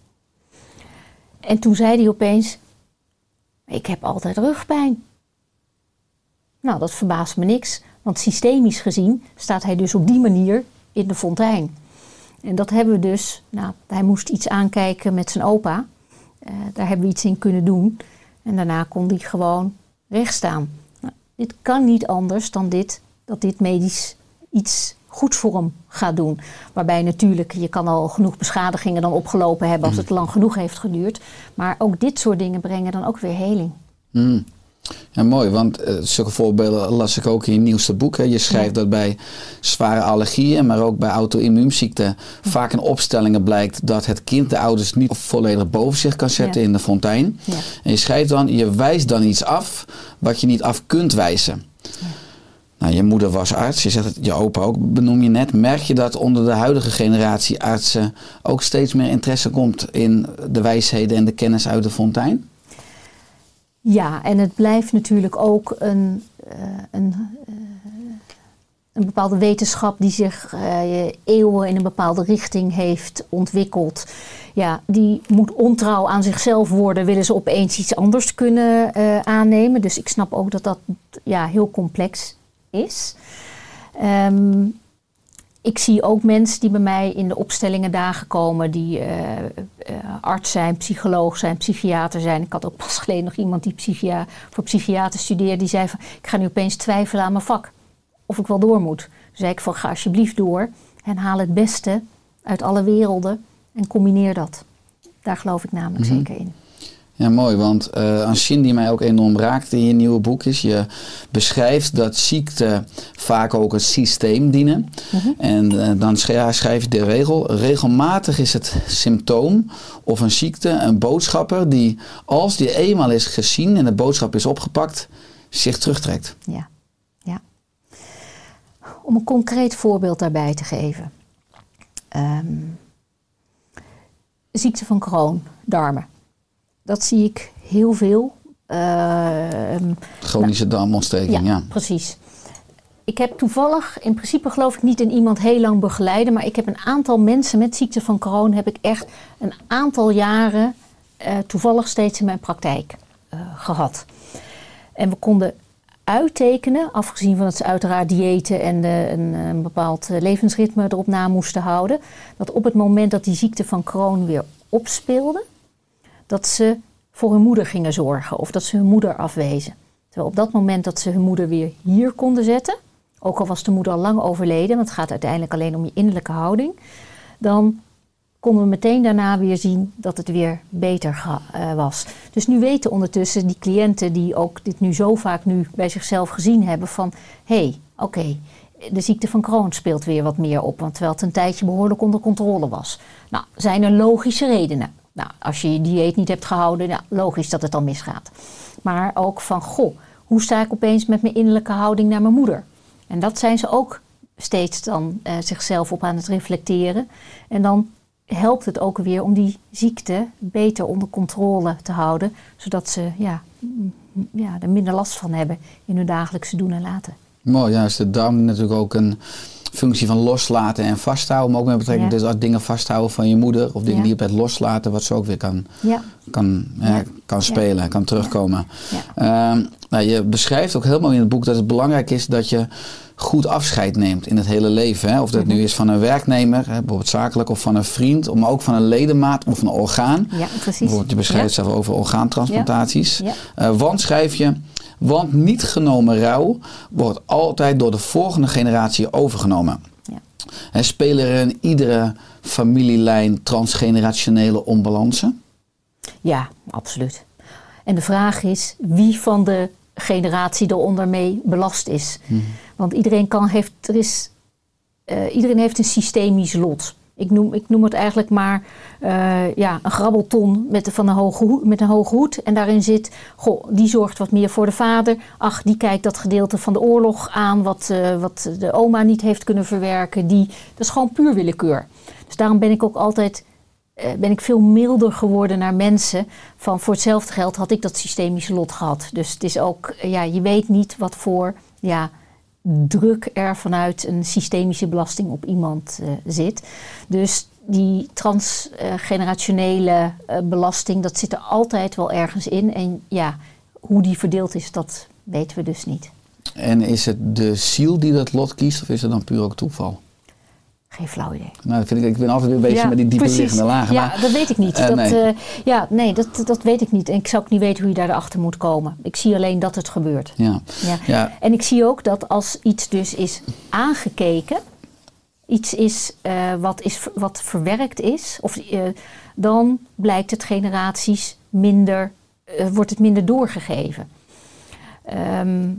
En toen zei hij opeens, ik heb altijd rugpijn. Nou, dat verbaast me niks. Want systemisch gezien staat hij dus op die manier in de fontein. En dat hebben we dus, nou, hij moest iets aankijken met zijn opa. Uh, daar hebben we iets in kunnen doen. En daarna kon hij gewoon recht staan. Nou, dit kan niet anders dan dit, dat dit medisch iets goed voor hem gaat doen. Waarbij natuurlijk, je kan al genoeg beschadigingen dan opgelopen hebben als het lang genoeg heeft geduurd. Maar ook dit soort dingen brengen dan ook weer heling. Mm. Ja, mooi, want uh, zulke voorbeelden las ik ook in je nieuwste boek. Hè. Je schrijft ja. dat bij zware allergieën, maar ook bij auto-immuunziekten ja. vaak in opstellingen blijkt dat het kind de ouders niet volledig boven zich kan zetten ja. in de fontein. Ja. En je schrijft dan, je wijst dan iets af wat je niet af kunt wijzen. Ja. Nou, je moeder was arts, je zegt het, je opa ook, benoem je net. Merk je dat onder de huidige generatie artsen ook steeds meer interesse komt in de wijsheden en de kennis uit de fontein? Ja, en het blijft natuurlijk ook een, uh, een, uh, een bepaalde wetenschap die zich uh, eeuwen in een bepaalde richting heeft ontwikkeld. Ja, die moet ontrouw aan zichzelf worden, willen ze opeens iets anders kunnen uh, aannemen. Dus ik snap ook dat dat ja, heel complex is. Um, ik zie ook mensen die bij mij in de opstellingen dagen komen, die uh, uh, arts zijn, psycholoog zijn, psychiater zijn. Ik had ook pas geleden nog iemand die psychia- voor psychiater studeerde, die zei van, ik ga nu opeens twijfelen aan mijn vak, of ik wel door moet. Dus zei ik van, ga alsjeblieft door en haal het beste uit alle werelden en combineer dat. Daar geloof ik namelijk mm-hmm. zeker in. Ja, mooi, want uh, een zin die mij ook enorm raakt in je nieuwe boek is, je beschrijft dat ziekten vaak ook een systeem dienen. Mm-hmm. En uh, dan schrijf, schrijf je de regel, regelmatig is het symptoom of een ziekte een boodschapper die, als die eenmaal is gezien en de boodschap is opgepakt, zich terugtrekt. Ja, ja. Om een concreet voorbeeld daarbij te geven. Um, ziekte van Crohn, darmen. Dat zie ik heel veel. Uh, Chronische nou, darmontsteking, ja, ja. Precies. Ik heb toevallig, in principe geloof ik niet in iemand heel lang begeleiden, maar ik heb een aantal mensen met ziekte van Crohn, heb ik echt een aantal jaren uh, toevallig steeds in mijn praktijk uh, gehad. En we konden uittekenen, afgezien van dat ze uiteraard diëten en de, een, een bepaald levensritme erop na moesten houden, dat op het moment dat die ziekte van Crohn weer opspeelde, dat ze voor hun moeder gingen zorgen of dat ze hun moeder afwezen. Terwijl op dat moment dat ze hun moeder weer hier konden zetten, ook al was de moeder al lang overleden, want het gaat uiteindelijk alleen om je innerlijke houding, dan konden we meteen daarna weer zien dat het weer beter ga, uh, was. Dus nu weten ondertussen die cliënten die ook dit nu zo vaak nu bij zichzelf gezien hebben van, hé, hey, oké, okay, de ziekte van Crohn speelt weer wat meer op, want terwijl het een tijdje behoorlijk onder controle was. Nou, zijn er logische redenen. Nou, als je je dieet niet hebt gehouden, nou, logisch dat het dan misgaat. Maar ook van, goh, hoe sta ik opeens met mijn innerlijke houding naar mijn moeder? En dat zijn ze ook steeds dan uh, zichzelf op aan het reflecteren. En dan helpt het ook weer om die ziekte beter onder controle te houden, zodat ze ja, ja, er minder last van hebben in hun dagelijkse doen en laten. Mooi, ja, is de darm natuurlijk ook een functie van loslaten en vasthouden, maar ook met betrekking tot ja. dingen vasthouden van je moeder of dingen ja. die je bent loslaten, wat ze ook weer kan, ja. kan, ja, kan spelen, ja. kan terugkomen. Ja. Ja. Uh, nou, je beschrijft ook helemaal in het boek dat het belangrijk is dat je goed afscheid neemt in het hele leven. Hè? Of dat mm-hmm. nu is van een werknemer, hè, bijvoorbeeld zakelijk, of van een vriend, maar ook van een ledemaat of een orgaan. Ja, precies. Bijvoorbeeld, je beschrijft ja. zelf over orgaantransplantaties. Ja. Ja. Uh, want schrijf je, want niet genomen rouw wordt altijd door de volgende generatie overgenomen. Ja. He, spelen er in iedere familielijn transgenerationele onbalansen? Ja, absoluut. En de vraag is wie van de generatie eronder mee belast is. Hmm. Want iedereen, kan, heeft, er is, uh, iedereen heeft een systemisch lot. Ik noem, ik noem het eigenlijk maar uh, ja, een grabbelton met, van een hoge hoed, met een hoge hoed. En daarin zit, goh, die zorgt wat meer voor de vader. Ach, die kijkt dat gedeelte van de oorlog aan wat, uh, wat de oma niet heeft kunnen verwerken. Die, dat is gewoon puur willekeur. Dus daarom ben ik ook altijd uh, ben ik veel milder geworden naar mensen. Van voor hetzelfde geld had ik dat systemische lot gehad. Dus het is ook, uh, ja, je weet niet wat voor ja, druk er vanuit een systemische belasting op iemand uh, zit. Dus die transgenerationele uh, belasting, dat zit er altijd wel ergens in. En ja, hoe die verdeeld is, dat weten we dus niet. En is het de ziel die dat lot kiest of is het dan puur ook toeval? Geen flauw idee. Nou, dat vind ik, ik ben altijd weer bezig ja, met die dieper liggende lagen. Ja, maar, dat weet ik niet. Uh, dat, nee. Uh, ja, nee, dat, dat weet ik niet. En ik zou ook niet weten hoe je daarachter moet komen. Ik zie alleen dat het gebeurt. Ja. Ja. Ja. En ik zie ook dat als iets dus is aangekeken, iets is, uh, wat, is wat verwerkt is, of, uh, dan blijkt het generaties minder, uh, wordt het minder doorgegeven. Um,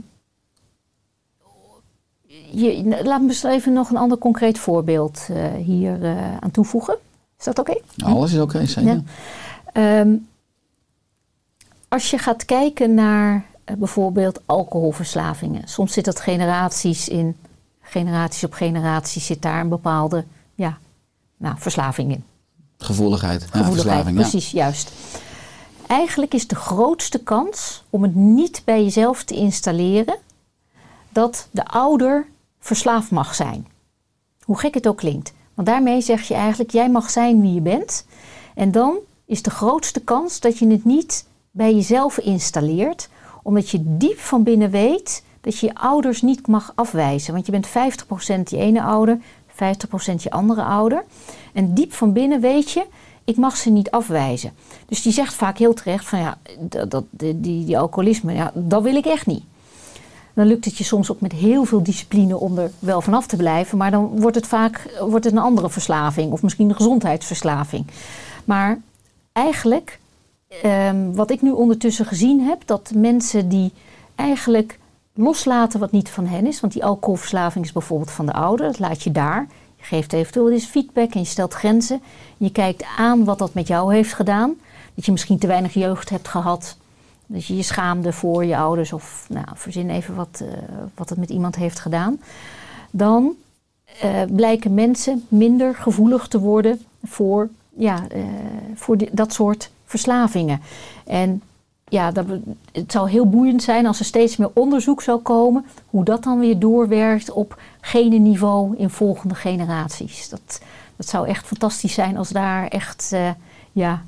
Je, laat me even nog een ander concreet voorbeeld uh, hier uh, aan toevoegen. Is dat oké? Okay? Alles is oké, okay, zeker. Ja. Um, als je gaat kijken naar uh, bijvoorbeeld alcoholverslavingen. Soms zit dat generaties in, generaties op generaties zit daar een bepaalde ja, nou, verslaving in. Gevoeligheid. Ja, Gevoeligheid, verslaving, precies, ja. juist. Eigenlijk is de grootste kans om het niet bij jezelf te installeren dat de ouder verslaafd mag zijn. Hoe gek het ook klinkt. Want daarmee zeg je eigenlijk, jij mag zijn wie je bent. En dan is de grootste kans dat je het niet bij jezelf installeert. Omdat je diep van binnen weet dat je je ouders niet mag afwijzen. Want je bent vijftig procent je ene ouder, vijftig procent je andere ouder. En diep van binnen weet je, ik mag ze niet afwijzen. Dus die zegt vaak heel terecht van ja, dat, dat, die, die alcoholisme, ja, dat wil ik echt niet. Dan lukt het je soms ook met heel veel discipline om er wel vanaf te blijven. Maar dan wordt het vaak wordt het een andere verslaving. Of misschien een gezondheidsverslaving. Maar eigenlijk um, wat ik nu ondertussen gezien heb, dat mensen die eigenlijk loslaten wat niet van hen is, want die alcoholverslaving is bijvoorbeeld van de ouder, dat laat je daar. Je geeft eventueel eens feedback en je stelt grenzen. Je kijkt aan wat dat met jou heeft gedaan. Dat je misschien te weinig jeugd hebt gehad. Dat je je schaamde voor je ouders of nou, verzin even wat, uh, wat het met iemand heeft gedaan. Dan uh, blijken mensen minder gevoelig te worden voor, ja, uh, voor die, dat soort verslavingen. En ja, dat, het zou heel boeiend zijn als er steeds meer onderzoek zou komen hoe dat dan weer doorwerkt op genenniveau in volgende generaties. Dat, dat zou echt fantastisch zijn als daar echt uh, ja,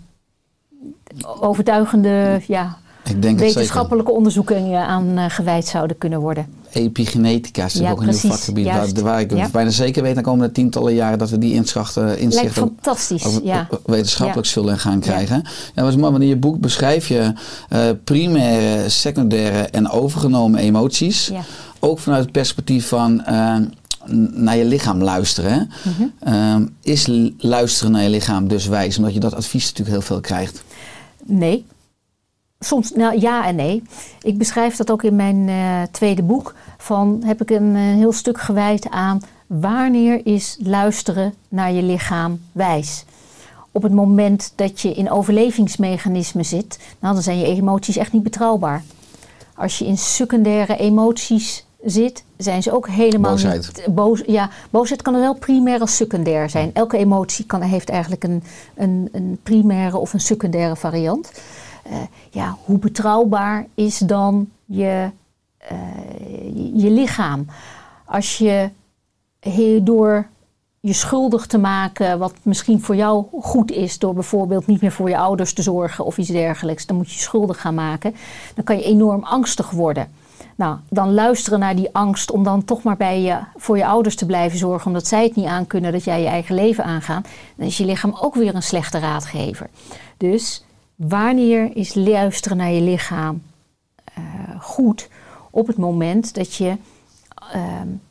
overtuigende ja, Ik denk wetenschappelijke onderzoeken aan uh, gewijd zouden kunnen worden. Epigenetica is ja, ook een nieuw vakgebied waar, waar ik ja. bijna zeker weet de komende tientallen jaren dat we die inzichten, inzichten fantastisch, ja. wetenschappelijk ja. zullen gaan krijgen. Ja. Ja, wat is mooi, want in je boek beschrijf je uh, primaire, secundaire en overgenomen emoties. Ja. Ook vanuit het perspectief van uh, naar je lichaam luisteren. Mm-hmm. Uh, is luisteren naar je lichaam dus wijs? Omdat je dat advies natuurlijk heel veel krijgt. Nee. Soms, nou ja en nee. Ik beschrijf dat ook in mijn uh, tweede boek. Van heb ik een, een heel stuk gewijd aan wanneer is luisteren naar je lichaam wijs. Op het moment dat je in overlevingsmechanismen zit, nou, dan zijn je emoties echt niet betrouwbaar. Als je in secundaire emoties zit, zijn ze ook helemaal boosheid. niet... Boos, ja, boosheid kan er wel primair als secundair zijn. Elke emotie kan, heeft eigenlijk een, een, een primaire of een secundaire variant. Uh, ja, hoe betrouwbaar is dan je, uh, je, je lichaam? Als je he, door je schuldig te maken, wat misschien voor jou goed is, door bijvoorbeeld niet meer voor je ouders te zorgen of iets dergelijks, dan moet je je schuldig gaan maken. Dan kan je enorm angstig worden. Nou, dan luisteren naar die angst om dan toch maar bij je, voor je ouders te blijven zorgen, omdat zij het niet aankunnen dat jij je eigen leven aangaat. Dan is je lichaam ook weer een slechte raadgever. Dus wanneer is luisteren naar je lichaam uh, goed? Op het moment dat je uh,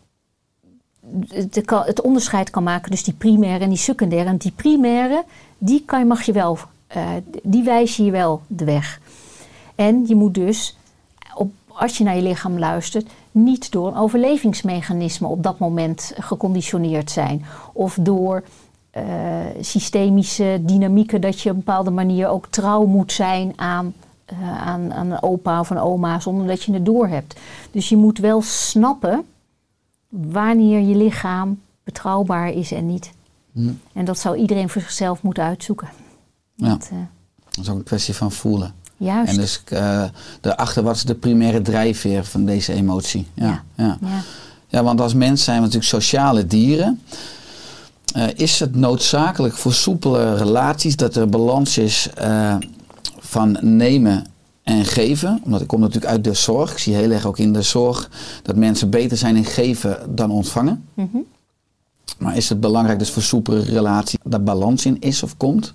het, het onderscheid kan maken, dus die primaire en die secundaire. En die primaire, die kan, mag je wel, uh, die wijs je je wel de weg. En je moet dus, op, als je naar je lichaam luistert, niet door een overlevingsmechanisme op dat moment geconditioneerd zijn. Of door Uh, systemische dynamieken, dat je op een bepaalde manier ook trouw moet zijn aan, uh, aan, aan een opa of een oma, zonder dat je het doorhebt. Dus je moet wel snappen wanneer je lichaam betrouwbaar is en niet. Hmm. En dat zou iedereen voor zichzelf moeten uitzoeken. Ja. Dat, uh, dat is ook een kwestie van voelen. Juist. En dus uh, daarachter, wat is de primaire drijfveer van deze emotie? Ja, ja. Ja. Ja. Ja, want als mens zijn we natuurlijk sociale dieren. Uh, is het noodzakelijk voor soepele relaties dat er een balans is uh, van nemen en geven? Omdat ik kom natuurlijk uit de zorg. Ik zie heel erg ook in de zorg dat mensen beter zijn in geven dan ontvangen. Mm-hmm. Maar is het belangrijk dus voor soepele relaties dat balans in is of komt?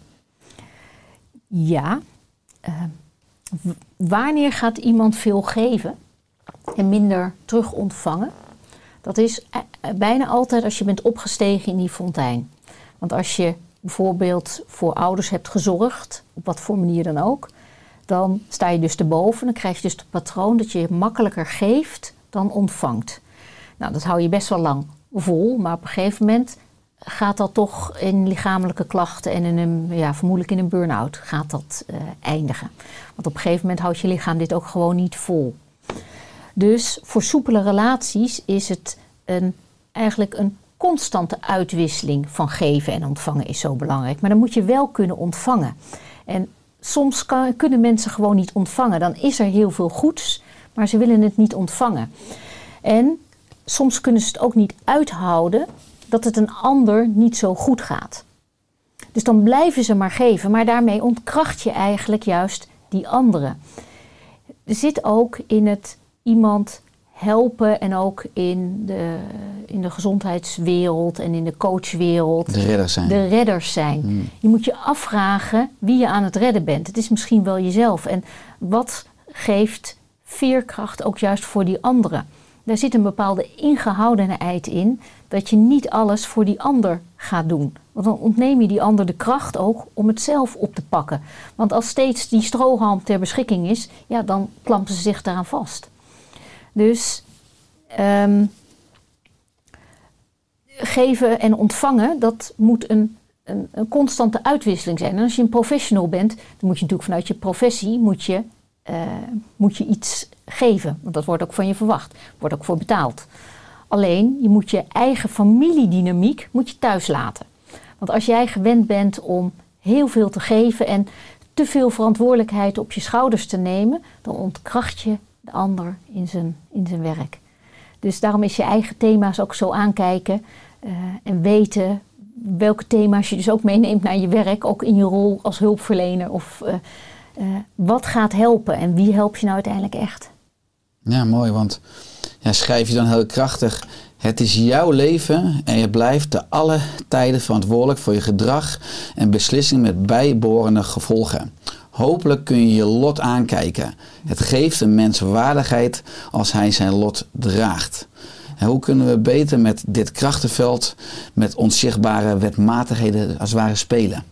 Ja. Uh, w- wanneer gaat iemand veel geven en minder terug ontvangen? Dat is bijna altijd als je bent opgestegen in die fontein. Want als je bijvoorbeeld voor ouders hebt gezorgd, op wat voor manier dan ook, dan sta je dus erboven. Dan krijg je dus het patroon dat je makkelijker geeft dan ontvangt. Nou, dat hou je best wel lang vol, maar op een gegeven moment gaat dat toch in lichamelijke klachten en in een, ja, vermoedelijk in een burn-out gaat dat uh, eindigen. Want op een gegeven moment houdt je lichaam dit ook gewoon niet vol. Dus voor soepele relaties is het een, eigenlijk een constante uitwisseling van geven en ontvangen is zo belangrijk. Maar dan moet je wel kunnen ontvangen. En soms kan, kunnen mensen gewoon niet ontvangen. Dan is er heel veel goeds, maar ze willen het niet ontvangen. En soms kunnen ze het ook niet uithouden dat het een ander niet zo goed gaat. Dus dan blijven ze maar geven, maar daarmee ontkracht je eigenlijk juist die anderen. Er zit ook in het iemand helpen en ook in de, in de gezondheidswereld en in de coachwereld. De redders zijn. De redders zijn. Hmm. Je moet je afvragen wie je aan het redden bent. Het is misschien wel jezelf. En wat geeft veerkracht ook juist voor die anderen? Daar zit een bepaalde ingehoudenheid in dat je niet alles voor die ander gaat doen. Want dan ontneem je die ander de kracht ook om het zelf op te pakken. Want als steeds die strohalm ter beschikking is, ja, dan klampen ze zich daaraan vast. Dus um, geven en ontvangen, dat moet een, een, een constante uitwisseling zijn. En als je een professional bent, dan moet je natuurlijk vanuit je professie moet je, uh, moet je iets geven. Want dat wordt ook van je verwacht, wordt ook voor betaald. Alleen, je moet je eigen familiedynamiek moet je thuis laten. Want als jij gewend bent om heel veel te geven en te veel verantwoordelijkheid op je schouders te nemen, dan ontkracht je de ander in zijn, in zijn werk. Dus daarom is je eigen thema's ook zo aankijken uh, en weten welke thema's je dus ook meeneemt naar je werk, ook in je rol als hulpverlener. Of uh, uh, wat gaat helpen en wie help je nou uiteindelijk echt? Ja, mooi, want ja, schrijf je dan heel krachtig. Het is jouw leven en je blijft te alle tijden verantwoordelijk voor je gedrag en beslissingen met bijbehorende gevolgen. Hopelijk kun je je lot aankijken. Het geeft een mens waardigheid als hij zijn lot draagt. En hoe kunnen we beter met dit krachtenveld, met onzichtbare wetmatigheden als het ware spelen?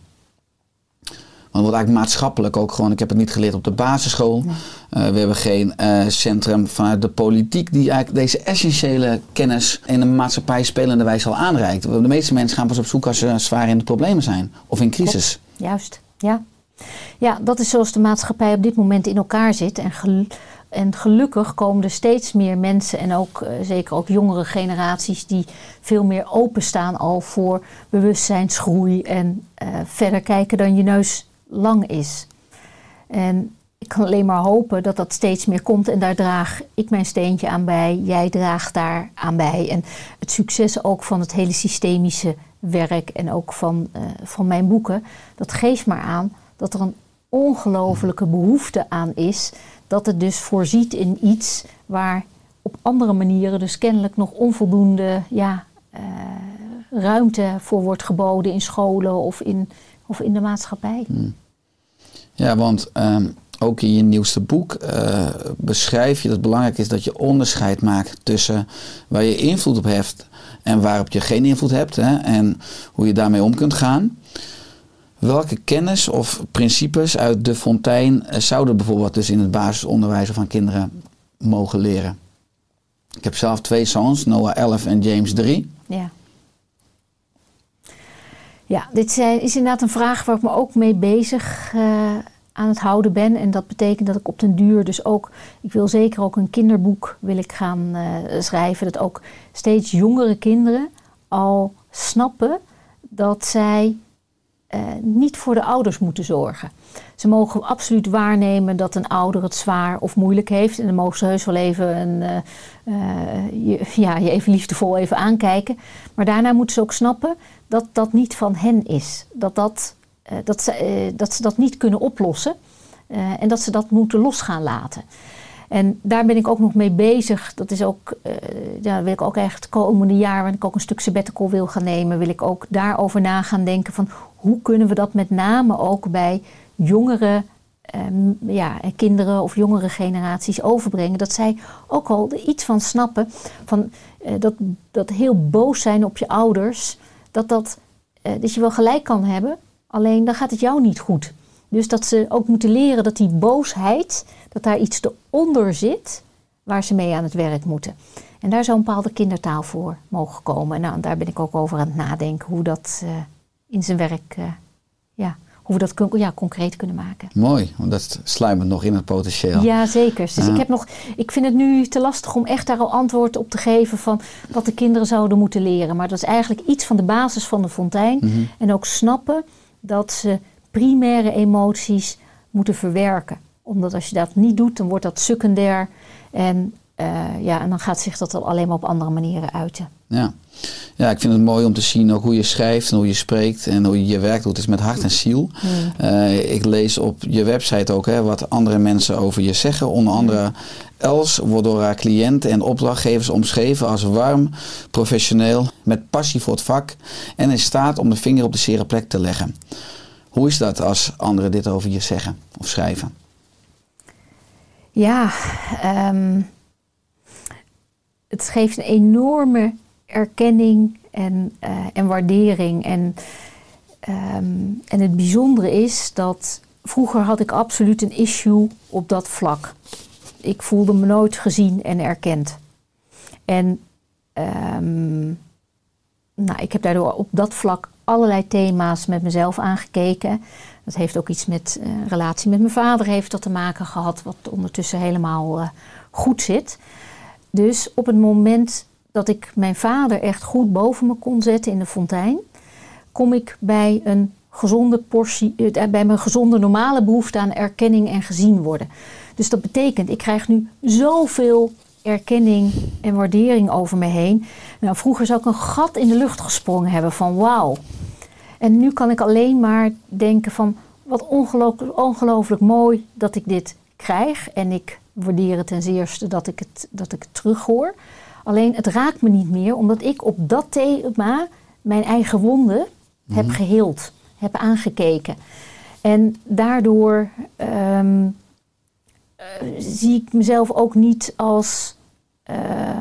Want het wordt eigenlijk maatschappelijk ook gewoon, ik heb het niet geleerd op de basisschool. Nee. Uh, we hebben geen uh, centrum vanuit de politiek die eigenlijk deze essentiële kennis in de maatschappij spelende wijze al aanreikt. De meeste mensen gaan pas op zoek als ze zwaar in de problemen zijn of in crisis. Klopt. Juist, ja. Ja, dat is zoals de maatschappij op dit moment in elkaar zit. En, gel- en gelukkig komen er steeds meer mensen en ook uh, zeker ook jongere generaties die veel meer openstaan al voor bewustzijnsgroei en uh, verder kijken dan je neus lang is. En ik kan alleen maar hopen dat dat steeds meer komt en daar draag ik mijn steentje aan bij. Jij draagt daar aan bij. En het succes ook van het hele systemische werk en ook van, uh, van mijn boeken, dat geeft maar aan dat er een ongelofelijke behoefte aan is, dat het dus voorziet in iets waar op andere manieren dus kennelijk nog onvoldoende ja, uh, ruimte voor wordt geboden in scholen of in, of in de maatschappij. Ja, want um, ook in je nieuwste boek uh, beschrijf je dat het belangrijk is dat je onderscheid maakt tussen waar je invloed op hebt en waarop je geen invloed hebt, hè, en hoe je daarmee om kunt gaan. Welke kennis of principes uit De Fontein zouden bijvoorbeeld dus in het basisonderwijs van kinderen mogen leren? Ik heb zelf twee zoons, Noah elf en James drie. Ja. Ja, dit is inderdaad een vraag waar ik me ook mee bezig uh, aan het houden ben. En dat betekent dat ik op den duur dus ook, ik wil zeker ook een kinderboek wil ik gaan uh, schrijven. Dat ook steeds jongere kinderen al snappen dat zij Uh, niet voor de ouders moeten zorgen. Ze mogen absoluut waarnemen dat een ouder het zwaar of moeilijk heeft. En dan mogen ze heus wel even een, uh, uh, je, ja, je even liefdevol even aankijken. Maar daarna moeten ze ook snappen dat dat niet van hen is. Dat, dat, uh, dat, ze, uh, dat ze dat niet kunnen oplossen. Uh, en dat ze dat moeten los gaan laten. En daar ben ik ook nog mee bezig. Dat is ook, uh, ja, wil ik ook echt het komende jaar, wanneer ik ook een stuk sabbatical wil gaan nemen, wil ik ook daarover na gaan denken van hoe kunnen we dat met name ook bij jongere um, ja, kinderen of jongere generaties overbrengen. Dat zij ook al er iets van snappen van uh, dat, dat heel boos zijn op je ouders. Dat, dat, uh, dat je wel gelijk kan hebben, alleen dan gaat het jou niet goed. Dus dat ze ook moeten leren dat die boosheid, dat daar iets eronder zit waar ze mee aan het werk moeten. En daar zou een bepaalde kindertaal voor mogen komen. En nou, daar ben ik ook over aan het nadenken hoe dat uh, in zijn werk, uh, ja, hoe we dat kun, ja, concreet kunnen maken. Mooi, want dat sluimert nog in het potentieel. Ja, zeker. Dus uh. ik, heb nog, ik vind het nu te lastig om echt daar al antwoord op te geven van wat de kinderen zouden moeten leren. Maar dat is eigenlijk iets van de basis van de Fontein. Mm-hmm. En ook snappen dat ze primaire emoties moeten verwerken. Omdat als je dat niet doet, dan wordt dat secundair. En, uh, ja, en dan gaat zich dat alleen maar op andere manieren uiten. Ja. Ja, ik vind het mooi om te zien ook hoe je schrijft en hoe je spreekt en hoe je je werk doet. Het is met hart en ziel. Mm. Uh, ik lees op je website ook hè, wat andere mensen over je zeggen. Onder andere mm. Els wordt door haar cliënten en opdrachtgevers omschreven als warm, professioneel, met passie voor het vak en in staat om de vinger op de zere plek te leggen. Hoe is dat als anderen dit over je zeggen of schrijven? Ja, um, het geeft een enorme erkenning en, uh, en waardering. En Um, en het bijzondere is dat vroeger had ik absoluut een issue op dat vlak. Ik voelde me nooit gezien en erkend. En um, nou, ik heb daardoor op dat vlak allerlei thema's met mezelf aangekeken. Dat heeft ook iets met uh, relatie met mijn vader heeft dat te maken gehad, wat ondertussen helemaal uh, goed zit. Dus op het moment dat ik mijn vader echt goed boven me kon zetten in de fontein, kom ik bij een gezonde portie, uh, bij mijn gezonde normale behoefte aan erkenning en gezien worden. Dus dat betekent, ik krijg nu zoveel erkenning en waardering over me heen. Nou, vroeger zou ik een gat in de lucht gesprongen hebben van wauw. En nu kan ik alleen maar denken van wat ongelooflijk, ongelooflijk mooi dat ik dit krijg. En ik waardeer het ten zeerste dat ik het, dat ik het terughoor. Alleen het raakt me niet meer omdat ik op dat thema mijn eigen wonden mm-hmm. heb geheeld. Heb aangekeken. En daardoor um, uh, zie ik mezelf ook niet als Uh,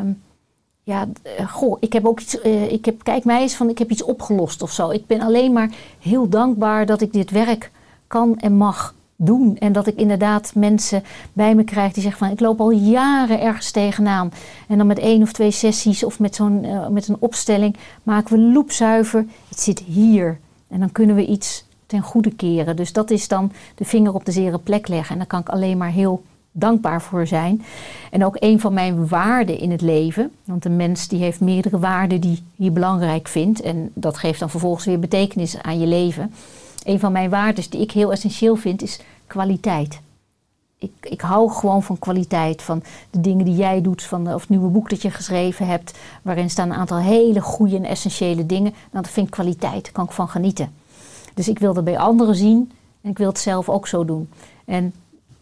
ja, uh, goh, ik heb ook iets, uh, ik heb, kijk mij eens van, ik heb iets opgelost of zo. Ik ben alleen maar heel dankbaar dat ik dit werk kan en mag doen. En dat ik inderdaad mensen bij me krijg die zeggen van, ik loop al jaren ergens tegenaan. En dan met één of twee sessies of met zo'n uh, met een opstelling maken we loepzuiver. Het zit hier. En dan kunnen we iets ten goede keren. Dus dat is dan de vinger op de zere plek leggen. En dan kan ik alleen maar heel dankbaar voor zijn. En ook een van mijn waarden in het leven. Want een mens die heeft meerdere waarden die je belangrijk vindt. En dat geeft dan vervolgens weer betekenis aan je leven. Een van mijn waarden die ik heel essentieel vind is kwaliteit. Ik, ik hou gewoon van kwaliteit. Van de dingen die jij doet. Van de, of het nieuwe boek dat je geschreven hebt. Waarin staan een aantal hele goede en essentiële dingen. Nou, dat vind ik kwaliteit. Daar kan ik van genieten. Dus ik wil dat bij anderen zien. En ik wil het zelf ook zo doen. En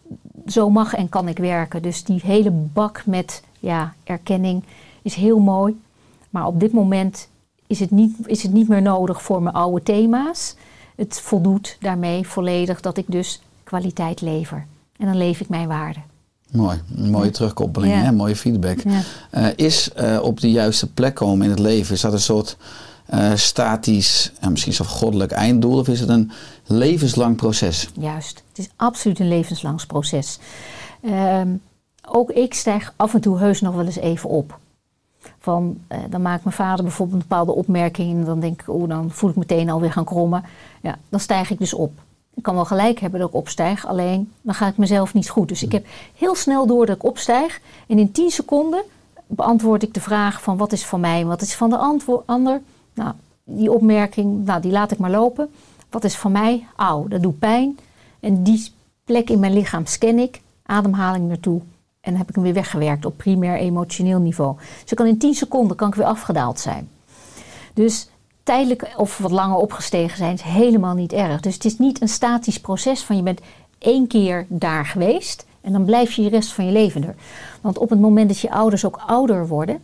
zo mag en kan ik werken. Dus die hele bak met ja, erkenning is heel mooi. Maar op dit moment is het, niet, is het niet meer nodig voor mijn oude thema's. Het voldoet daarmee volledig dat ik dus kwaliteit lever. En dan leef ik mijn waarde. Mooi, een mooie ja. terugkoppeling, ja. hè? Mooie feedback. Ja. Uh, is uh, op de juiste plek komen in het leven, is dat een soort uh, statisch, en misschien zelfs goddelijk einddoel, of is het een levenslang proces? Juist, het is absoluut een levenslang proces. Uh, ook ik stijg af en toe heus nog wel eens even op. Van, uh, dan maakt mijn vader bijvoorbeeld een bepaalde opmerking en dan denk ik, oh, dan voel ik meteen alweer gaan krommen. Ja, dan stijg ik dus op. Ik kan wel gelijk hebben dat ik opstijg, alleen dan ga ik mezelf niet goed. Dus ik heb heel snel door dat ik opstijg en in tien seconden beantwoord ik de vraag van wat is van mij en wat is van de antwo- ander. Nou, die opmerking, nou, die laat ik maar lopen. Wat is van mij? Auw, dat doet pijn. En die plek in mijn lichaam scan ik, ademhaling naartoe. En dan heb ik hem weer weggewerkt op primair emotioneel niveau. Dus ik kan in tien seconden kan ik weer afgedaald zijn. Dus tijdelijk of wat langer opgestegen zijn is helemaal niet erg. Dus het is niet een statisch proces van je bent één keer daar geweest en dan blijf je de rest van je leven er. Want op het moment dat je ouders ook ouder worden.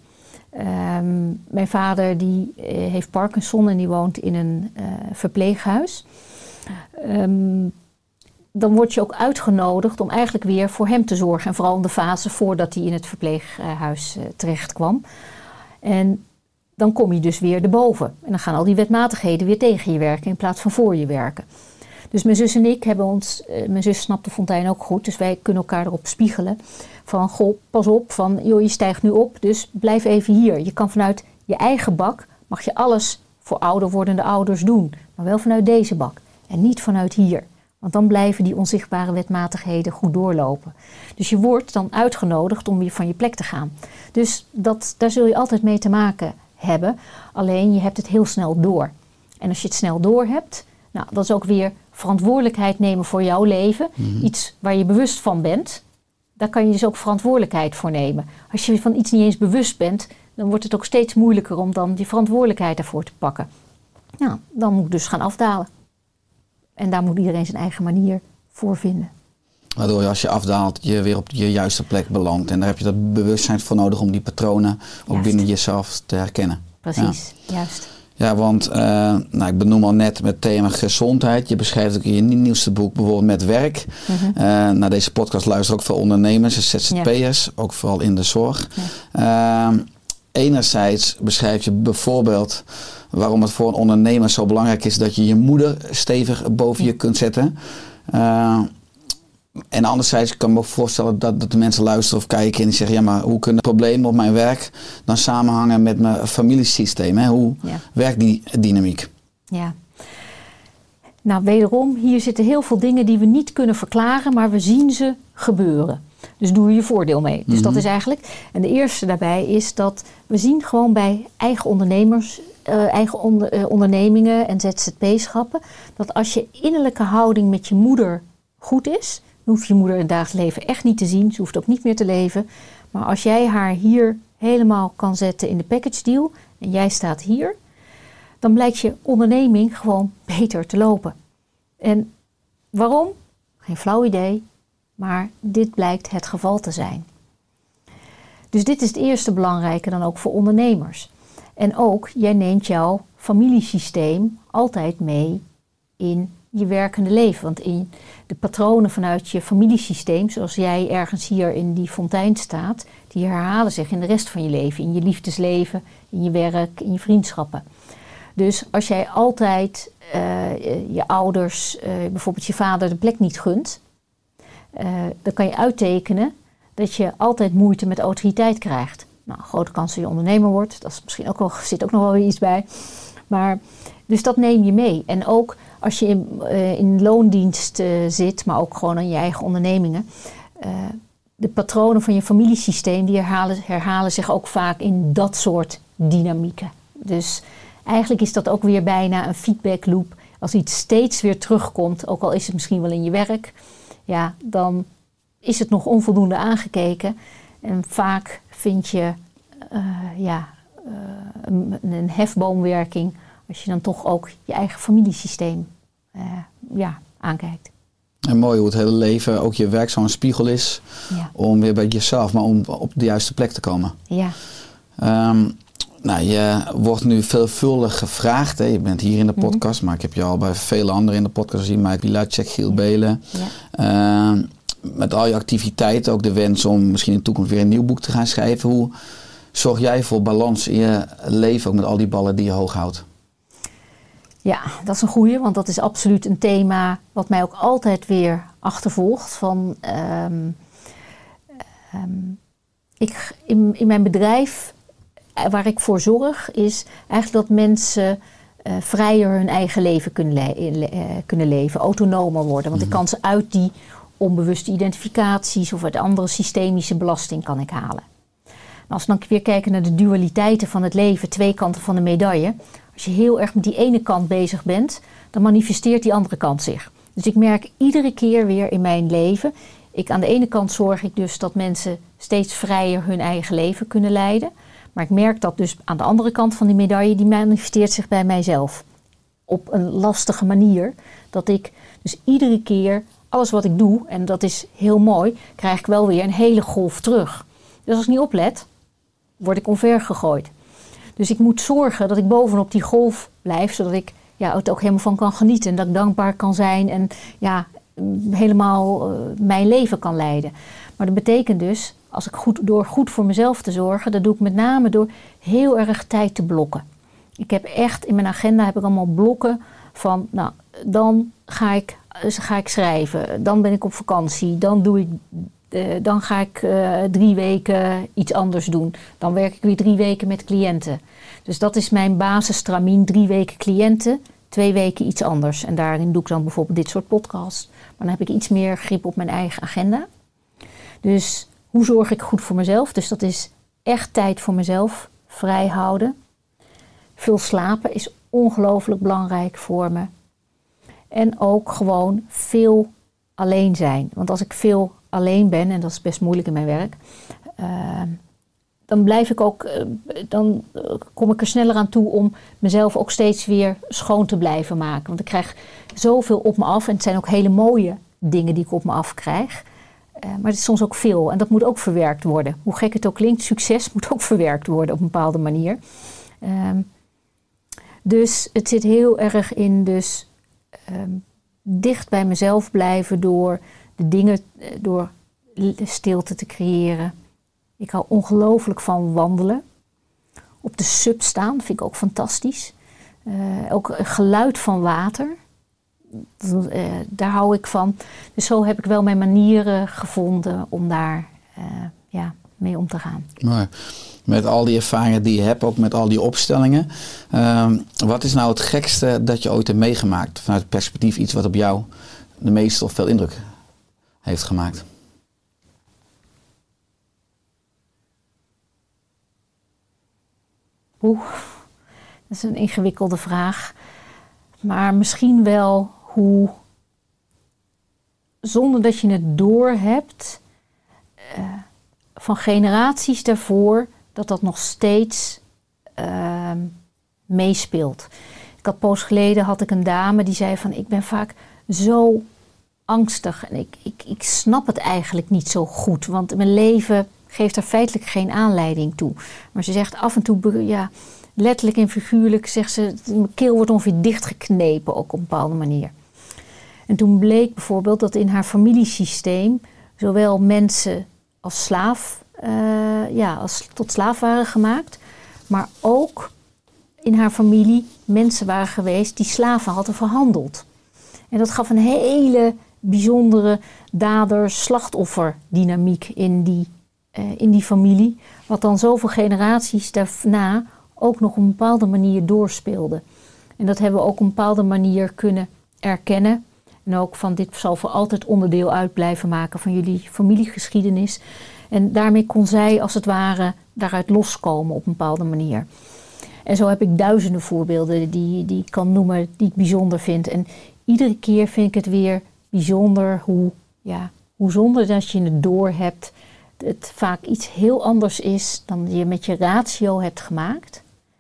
Um, mijn vader die uh, heeft Parkinson en die woont in een uh, verpleeghuis. Um, dan word je ook uitgenodigd om eigenlijk weer voor hem te zorgen. En vooral in de fase voordat hij in het verpleeghuis uh, terecht kwam. En dan kom je dus weer erboven. En dan gaan al die wetmatigheden weer tegen je werken in plaats van voor je werken. Dus mijn zus en ik hebben ons, uh, mijn zus snapt de fontein ook goed, dus wij kunnen elkaar erop spiegelen. Van, goh, pas op, van, joh, je stijgt nu op, dus blijf even hier. Je kan vanuit je eigen bak, mag je alles voor ouder wordende ouders doen. Maar wel vanuit deze bak en niet vanuit hier. Want dan blijven die onzichtbare wetmatigheden goed doorlopen. Dus je wordt dan uitgenodigd om weer van je plek te gaan. Dus dat, daar zul je altijd mee te maken hebben. Alleen je hebt het heel snel door. En als je het snel door hebt, nou, dat is ook weer verantwoordelijkheid nemen voor jouw leven. Mm-hmm. Iets waar je bewust van bent. Daar kan je dus ook verantwoordelijkheid voor nemen. Als je van iets niet eens bewust bent, dan wordt het ook steeds moeilijker om dan die verantwoordelijkheid daarvoor te pakken. Nou, dan moet ik dus gaan afdalen. En daar moet iedereen zijn eigen manier voor vinden. Waardoor je als je afdaalt, je weer op je juiste plek belandt. En daar heb je dat bewustzijn voor nodig om die patronen ook juist binnen jezelf te herkennen. Precies, ja. Juist. Ja, want uh, nou, ik benoem al net met het thema gezondheid. Je beschrijft ook in je nieuwste boek bijvoorbeeld met werk. Mm-hmm. Uh, naar deze podcast luisteren ook veel ondernemers en Z Z P'ers. Ja. Ook vooral in de zorg. Ja. Uh, enerzijds beschrijf je bijvoorbeeld waarom het voor een ondernemer zo belangrijk is dat je je moeder stevig boven je kunt zetten. Uh, en anderzijds kan ik me ook voorstellen dat, dat de mensen luisteren of kijken en die zeggen, ja, maar hoe kunnen problemen op mijn werk dan samenhangen met mijn familiesysteem? Hè? Hoe ja. werkt die dynamiek? Ja. Nou, wederom, hier zitten heel veel dingen die we niet kunnen verklaren, maar we zien ze gebeuren. Dus doe er je voordeel mee. Dus mm-hmm. dat is eigenlijk... En de eerste daarbij is dat we zien gewoon bij eigen ondernemers, uh, eigen onder, uh, ondernemingen en Z Z P-schappen, dat als je innerlijke houding met je moeder goed is, dan hoeft je moeder in het dagelijks leven echt niet te zien. Ze hoeft ook niet meer te leven. Maar als jij haar hier helemaal kan zetten in de package deal en jij staat hier, dan blijkt je onderneming gewoon beter te lopen. En waarom? Geen flauw idee, maar dit blijkt het geval te zijn. Dus dit is het eerste belangrijke dan ook voor ondernemers. En ook, jij neemt jouw familiesysteem altijd mee in je werkende leven. Want in de patronen vanuit je familiesysteem, zoals jij ergens hier in die fontein staat, die herhalen zich in de rest van je leven. In je liefdesleven, in je werk, in je vriendschappen. Dus als jij altijd uh, je ouders, uh, bijvoorbeeld je vader, de plek niet gunt, uh, dan kan je uittekenen dat je altijd moeite met autoriteit krijgt. Nou, grote kans dat je ondernemer wordt, dat is misschien ook wel, zit ook nog wel weer iets bij. Maar, dus dat neem je mee. En ook als je in, uh, in loondienst uh, zit, maar ook gewoon aan je eigen ondernemingen, uh, de patronen van je familiesysteem, die herhalen, herhalen zich ook vaak in dat soort dynamieken. Dus eigenlijk is dat ook weer bijna een feedback loop. Als iets steeds weer terugkomt, ook al is het misschien wel in je werk, ja, dan is het nog onvoldoende aangekeken. En vaak vind je uh, ja, uh, een, een hefboomwerking als je dan toch ook je eigen familiesysteem uh, ja, aankijkt. En mooi hoe het hele leven, ook je werk, zo'n spiegel is, ja. om weer bij jezelf, maar om op de juiste plek te komen. Ja. Um, Nou, je wordt nu veelvuldig gevraagd. Hè. Je bent hier in de podcast, mm-hmm. maar ik heb je al bij vele anderen in de podcast gezien. Mike Pilacek, Giel Belen. Ja. Uh, met al je activiteiten, ook de wens om misschien in de toekomst weer een nieuw boek te gaan schrijven. Hoe zorg jij voor balans in je leven, ook met al die ballen die je hoog houdt? Ja, dat is een goeie, want dat is absoluut een thema wat mij ook altijd weer achtervolgt. Van, um, um, ik, in, in mijn bedrijf, waar ik voor zorg, is eigenlijk dat mensen uh, vrijer hun eigen leven kunnen, le- le- uh, kunnen leven, autonomer worden. Want mm-hmm. ik kan ze uit die onbewuste identificaties of uit andere systemische belasting kan ik halen. En als we dan weer kijken naar de dualiteiten van het leven, twee kanten van de medaille. Als je heel erg met die ene kant bezig bent, dan manifesteert die andere kant zich. Dus ik merk iedere keer weer in mijn leven, ik, aan de ene kant zorg ik dus dat mensen steeds vrijer hun eigen leven kunnen leiden. Maar ik merk dat dus aan de andere kant van die medaille, die manifesteert zich bij mijzelf. Op een lastige manier. Dat ik dus iedere keer, alles wat ik doe, en dat is heel mooi, krijg ik wel weer een hele golf terug. Dus als ik niet oplet, word ik omver gegooid. Dus ik moet zorgen dat ik bovenop die golf blijf, zodat ik ja, het ook helemaal van kan genieten. En dat ik dankbaar kan zijn en ja, helemaal uh, mijn leven kan leiden. Maar dat betekent dus, als ik goed, door goed voor mezelf te zorgen, dat doe ik met name door heel erg tijd te blokken. Ik heb echt, in mijn agenda heb ik allemaal blokken van, nou, dan ga ik, ga ik schrijven, dan ben ik op vakantie, dan doe ik, uh, dan ga ik uh, drie weken iets anders doen. Dan werk ik weer drie weken met cliënten. Dus dat is mijn basisstramien, drie weken cliënten, twee weken iets anders. En daarin doe ik dan bijvoorbeeld dit soort podcasts. Maar dan heb ik iets meer grip op mijn eigen agenda. Dus hoe zorg ik goed voor mezelf? Dus dat is echt tijd voor mezelf vrij houden. Veel slapen is ongelooflijk belangrijk voor me. En ook gewoon veel alleen zijn. Want als ik veel alleen ben, en dat is best moeilijk in mijn werk, uh, dan blijf ik ook, uh, dan kom ik er sneller aan toe om mezelf ook steeds weer schoon te blijven maken. Want ik krijg zoveel op me af en het zijn ook hele mooie dingen die ik op me af krijg. Uh, maar het is soms ook veel en dat moet ook verwerkt worden. Hoe gek het ook klinkt, succes moet ook verwerkt worden op een bepaalde manier. Um, dus het zit heel erg in dus um, dicht bij mezelf blijven door de dingen, uh, door stilte te creëren. Ik hou ongelooflijk van wandelen. Op de sub staan vind ik ook fantastisch. Uh, ook geluid van water. Uh, daar hou ik van. Dus zo heb ik wel mijn manieren gevonden om daar uh, ja, mee om te gaan. Mooi. Met al die ervaringen die je hebt, ook met al die opstellingen. Uh, wat is nou het gekste dat je ooit hebt meegemaakt? Vanuit het perspectief iets wat op jou de meeste of veel indruk heeft gemaakt? Oeh, dat is een ingewikkelde vraag. Maar misschien wel hoe, zonder dat je het doorhebt, uh, van generaties daarvoor, dat dat nog steeds uh, meespeelt. Ik had poos geleden had ik een dame die zei van, ik ben vaak zo angstig en ik, ik, ik snap het eigenlijk niet zo goed, want mijn leven geeft er feitelijk geen aanleiding toe. Maar ze zegt af en toe, ja, letterlijk en figuurlijk, zegt ze, mijn keel wordt ongeveer dichtgeknepen, ook op een bepaalde manier. En toen bleek bijvoorbeeld dat in haar familiesysteem zowel mensen als slaaf, uh, ja, als tot slaaf waren gemaakt, maar ook in haar familie mensen waren geweest die slaven hadden verhandeld. En dat gaf een hele bijzondere dader-slachtoffer dynamiek in die, uh, in die familie, wat dan zoveel generaties daarna ook nog op een bepaalde manier doorspeelde. En dat hebben we ook op een bepaalde manier kunnen erkennen. En ook van, dit zal voor altijd onderdeel uit blijven maken van jullie familiegeschiedenis. En daarmee kon zij als het ware daaruit loskomen op een bepaalde manier. En zo heb ik duizenden voorbeelden die, die ik kan noemen, die ik bijzonder vind. En iedere keer vind ik het weer bijzonder hoe, ja, hoe zonder dat je het doorhebt, het vaak iets heel anders is dan je met je ratio hebt gemaakt.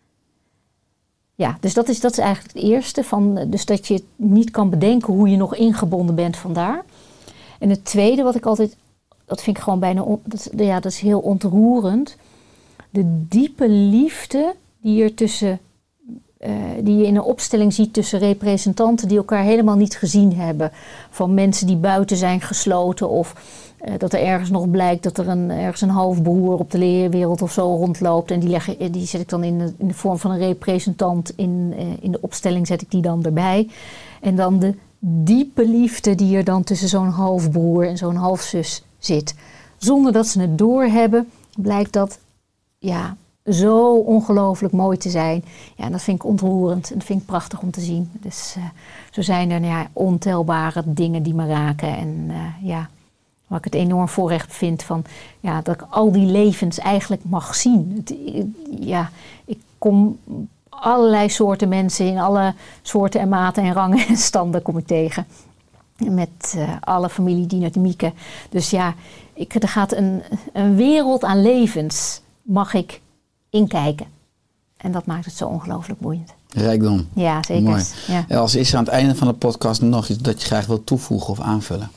Ja, dus dat is, dat is eigenlijk het eerste. Van, dus dat je niet kan bedenken hoe je nog ingebonden bent vandaar. En het tweede wat ik altijd, dat vind ik gewoon bijna, on, dat, ja, dat is heel ontroerend. De diepe liefde die er tussen, uh, die je in een opstelling ziet tussen representanten die elkaar helemaal niet gezien hebben. Van mensen die buiten zijn gesloten of uh, dat er ergens nog blijkt dat er een, ergens een halfbroer op de leerwereld of zo rondloopt. En die, leg, die zet ik dan in de, in de vorm van een representant in, uh, in de opstelling, zet ik die dan erbij. En dan de diepe liefde die er dan tussen zo'n halfbroer en zo'n halfzus zit. Zonder dat ze het doorhebben, blijkt dat ja, zo ongelooflijk mooi te zijn. Ja, en dat vind ik ontroerend en dat vind ik prachtig om te zien. Dus uh, zo zijn er nou ja, ontelbare dingen die me raken. En uh, ja, waar ik het enorm voorrecht vind van ja, dat ik al die levens eigenlijk mag zien. Het, ja, ik kom allerlei soorten mensen in alle soorten en maten en rangen en standen kom ik tegen. Met uh, alle familiedynamieken. Dus ja, ik, er gaat een, een wereld aan levens mag ik inkijken. En dat maakt het zo ongelooflijk boeiend. Rijkdom. Ja, zeker. Mooi. Ja. Els, is er aan het einde van de podcast nog iets dat je graag wilt toevoegen of aanvullen?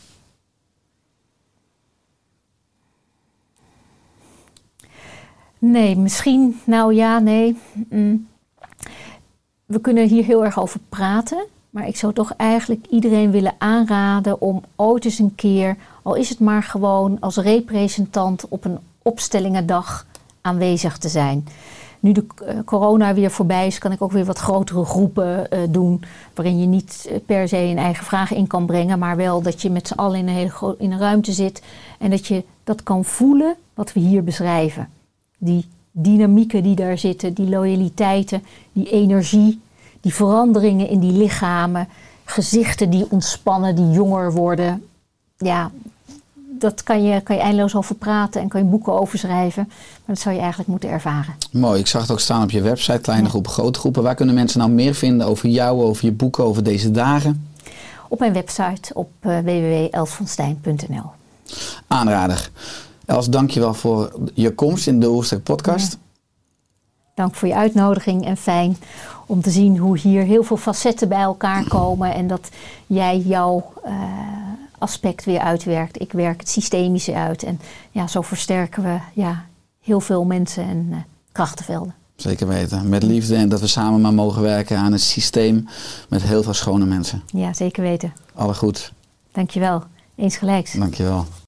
Nee, misschien, nou ja, nee. Mm. We kunnen hier heel erg over praten. Maar ik zou toch eigenlijk iedereen willen aanraden om ooit eens een keer, al is het maar gewoon als representant op een opstellingendag aanwezig te zijn. Nu de uh, corona weer voorbij is, kan ik ook weer wat grotere groepen uh, doen. Waarin je niet uh, per se een eigen vraag in kan brengen. Maar wel dat je met z'n allen in een, hele gro- in een ruimte zit. En dat je dat kan voelen wat we hier beschrijven. Die dynamieken die daar zitten, die loyaliteiten, die energie. Die veranderingen in die lichamen, gezichten die ontspannen, die jonger worden. Ja, dat kan je, kan je eindeloos over praten en kan je boeken over schrijven. Maar dat zou je eigenlijk moeten ervaren. Mooi, ik zag het ook staan op je website, kleine ja. groepen, grote groepen. Waar kunnen mensen nou meer vinden over jou, over je boeken, over deze dagen? Op mijn website op uh, w w w punt els van stein punt n l. Aanrader. Els, dank je wel voor je komst in de Oersterk podcast. Ja. Dank voor je uitnodiging en fijn om te zien hoe hier heel veel facetten bij elkaar komen en dat jij jouw uh, aspect weer uitwerkt. Ik werk het systemische uit en ja, zo versterken we ja, heel veel mensen en uh, krachtenvelden. Zeker weten, met liefde en dat we samen maar mogen werken aan een systeem met heel veel schone mensen. Ja, zeker weten. Alle goed. Dankjewel, eens gelijks. Dankjewel.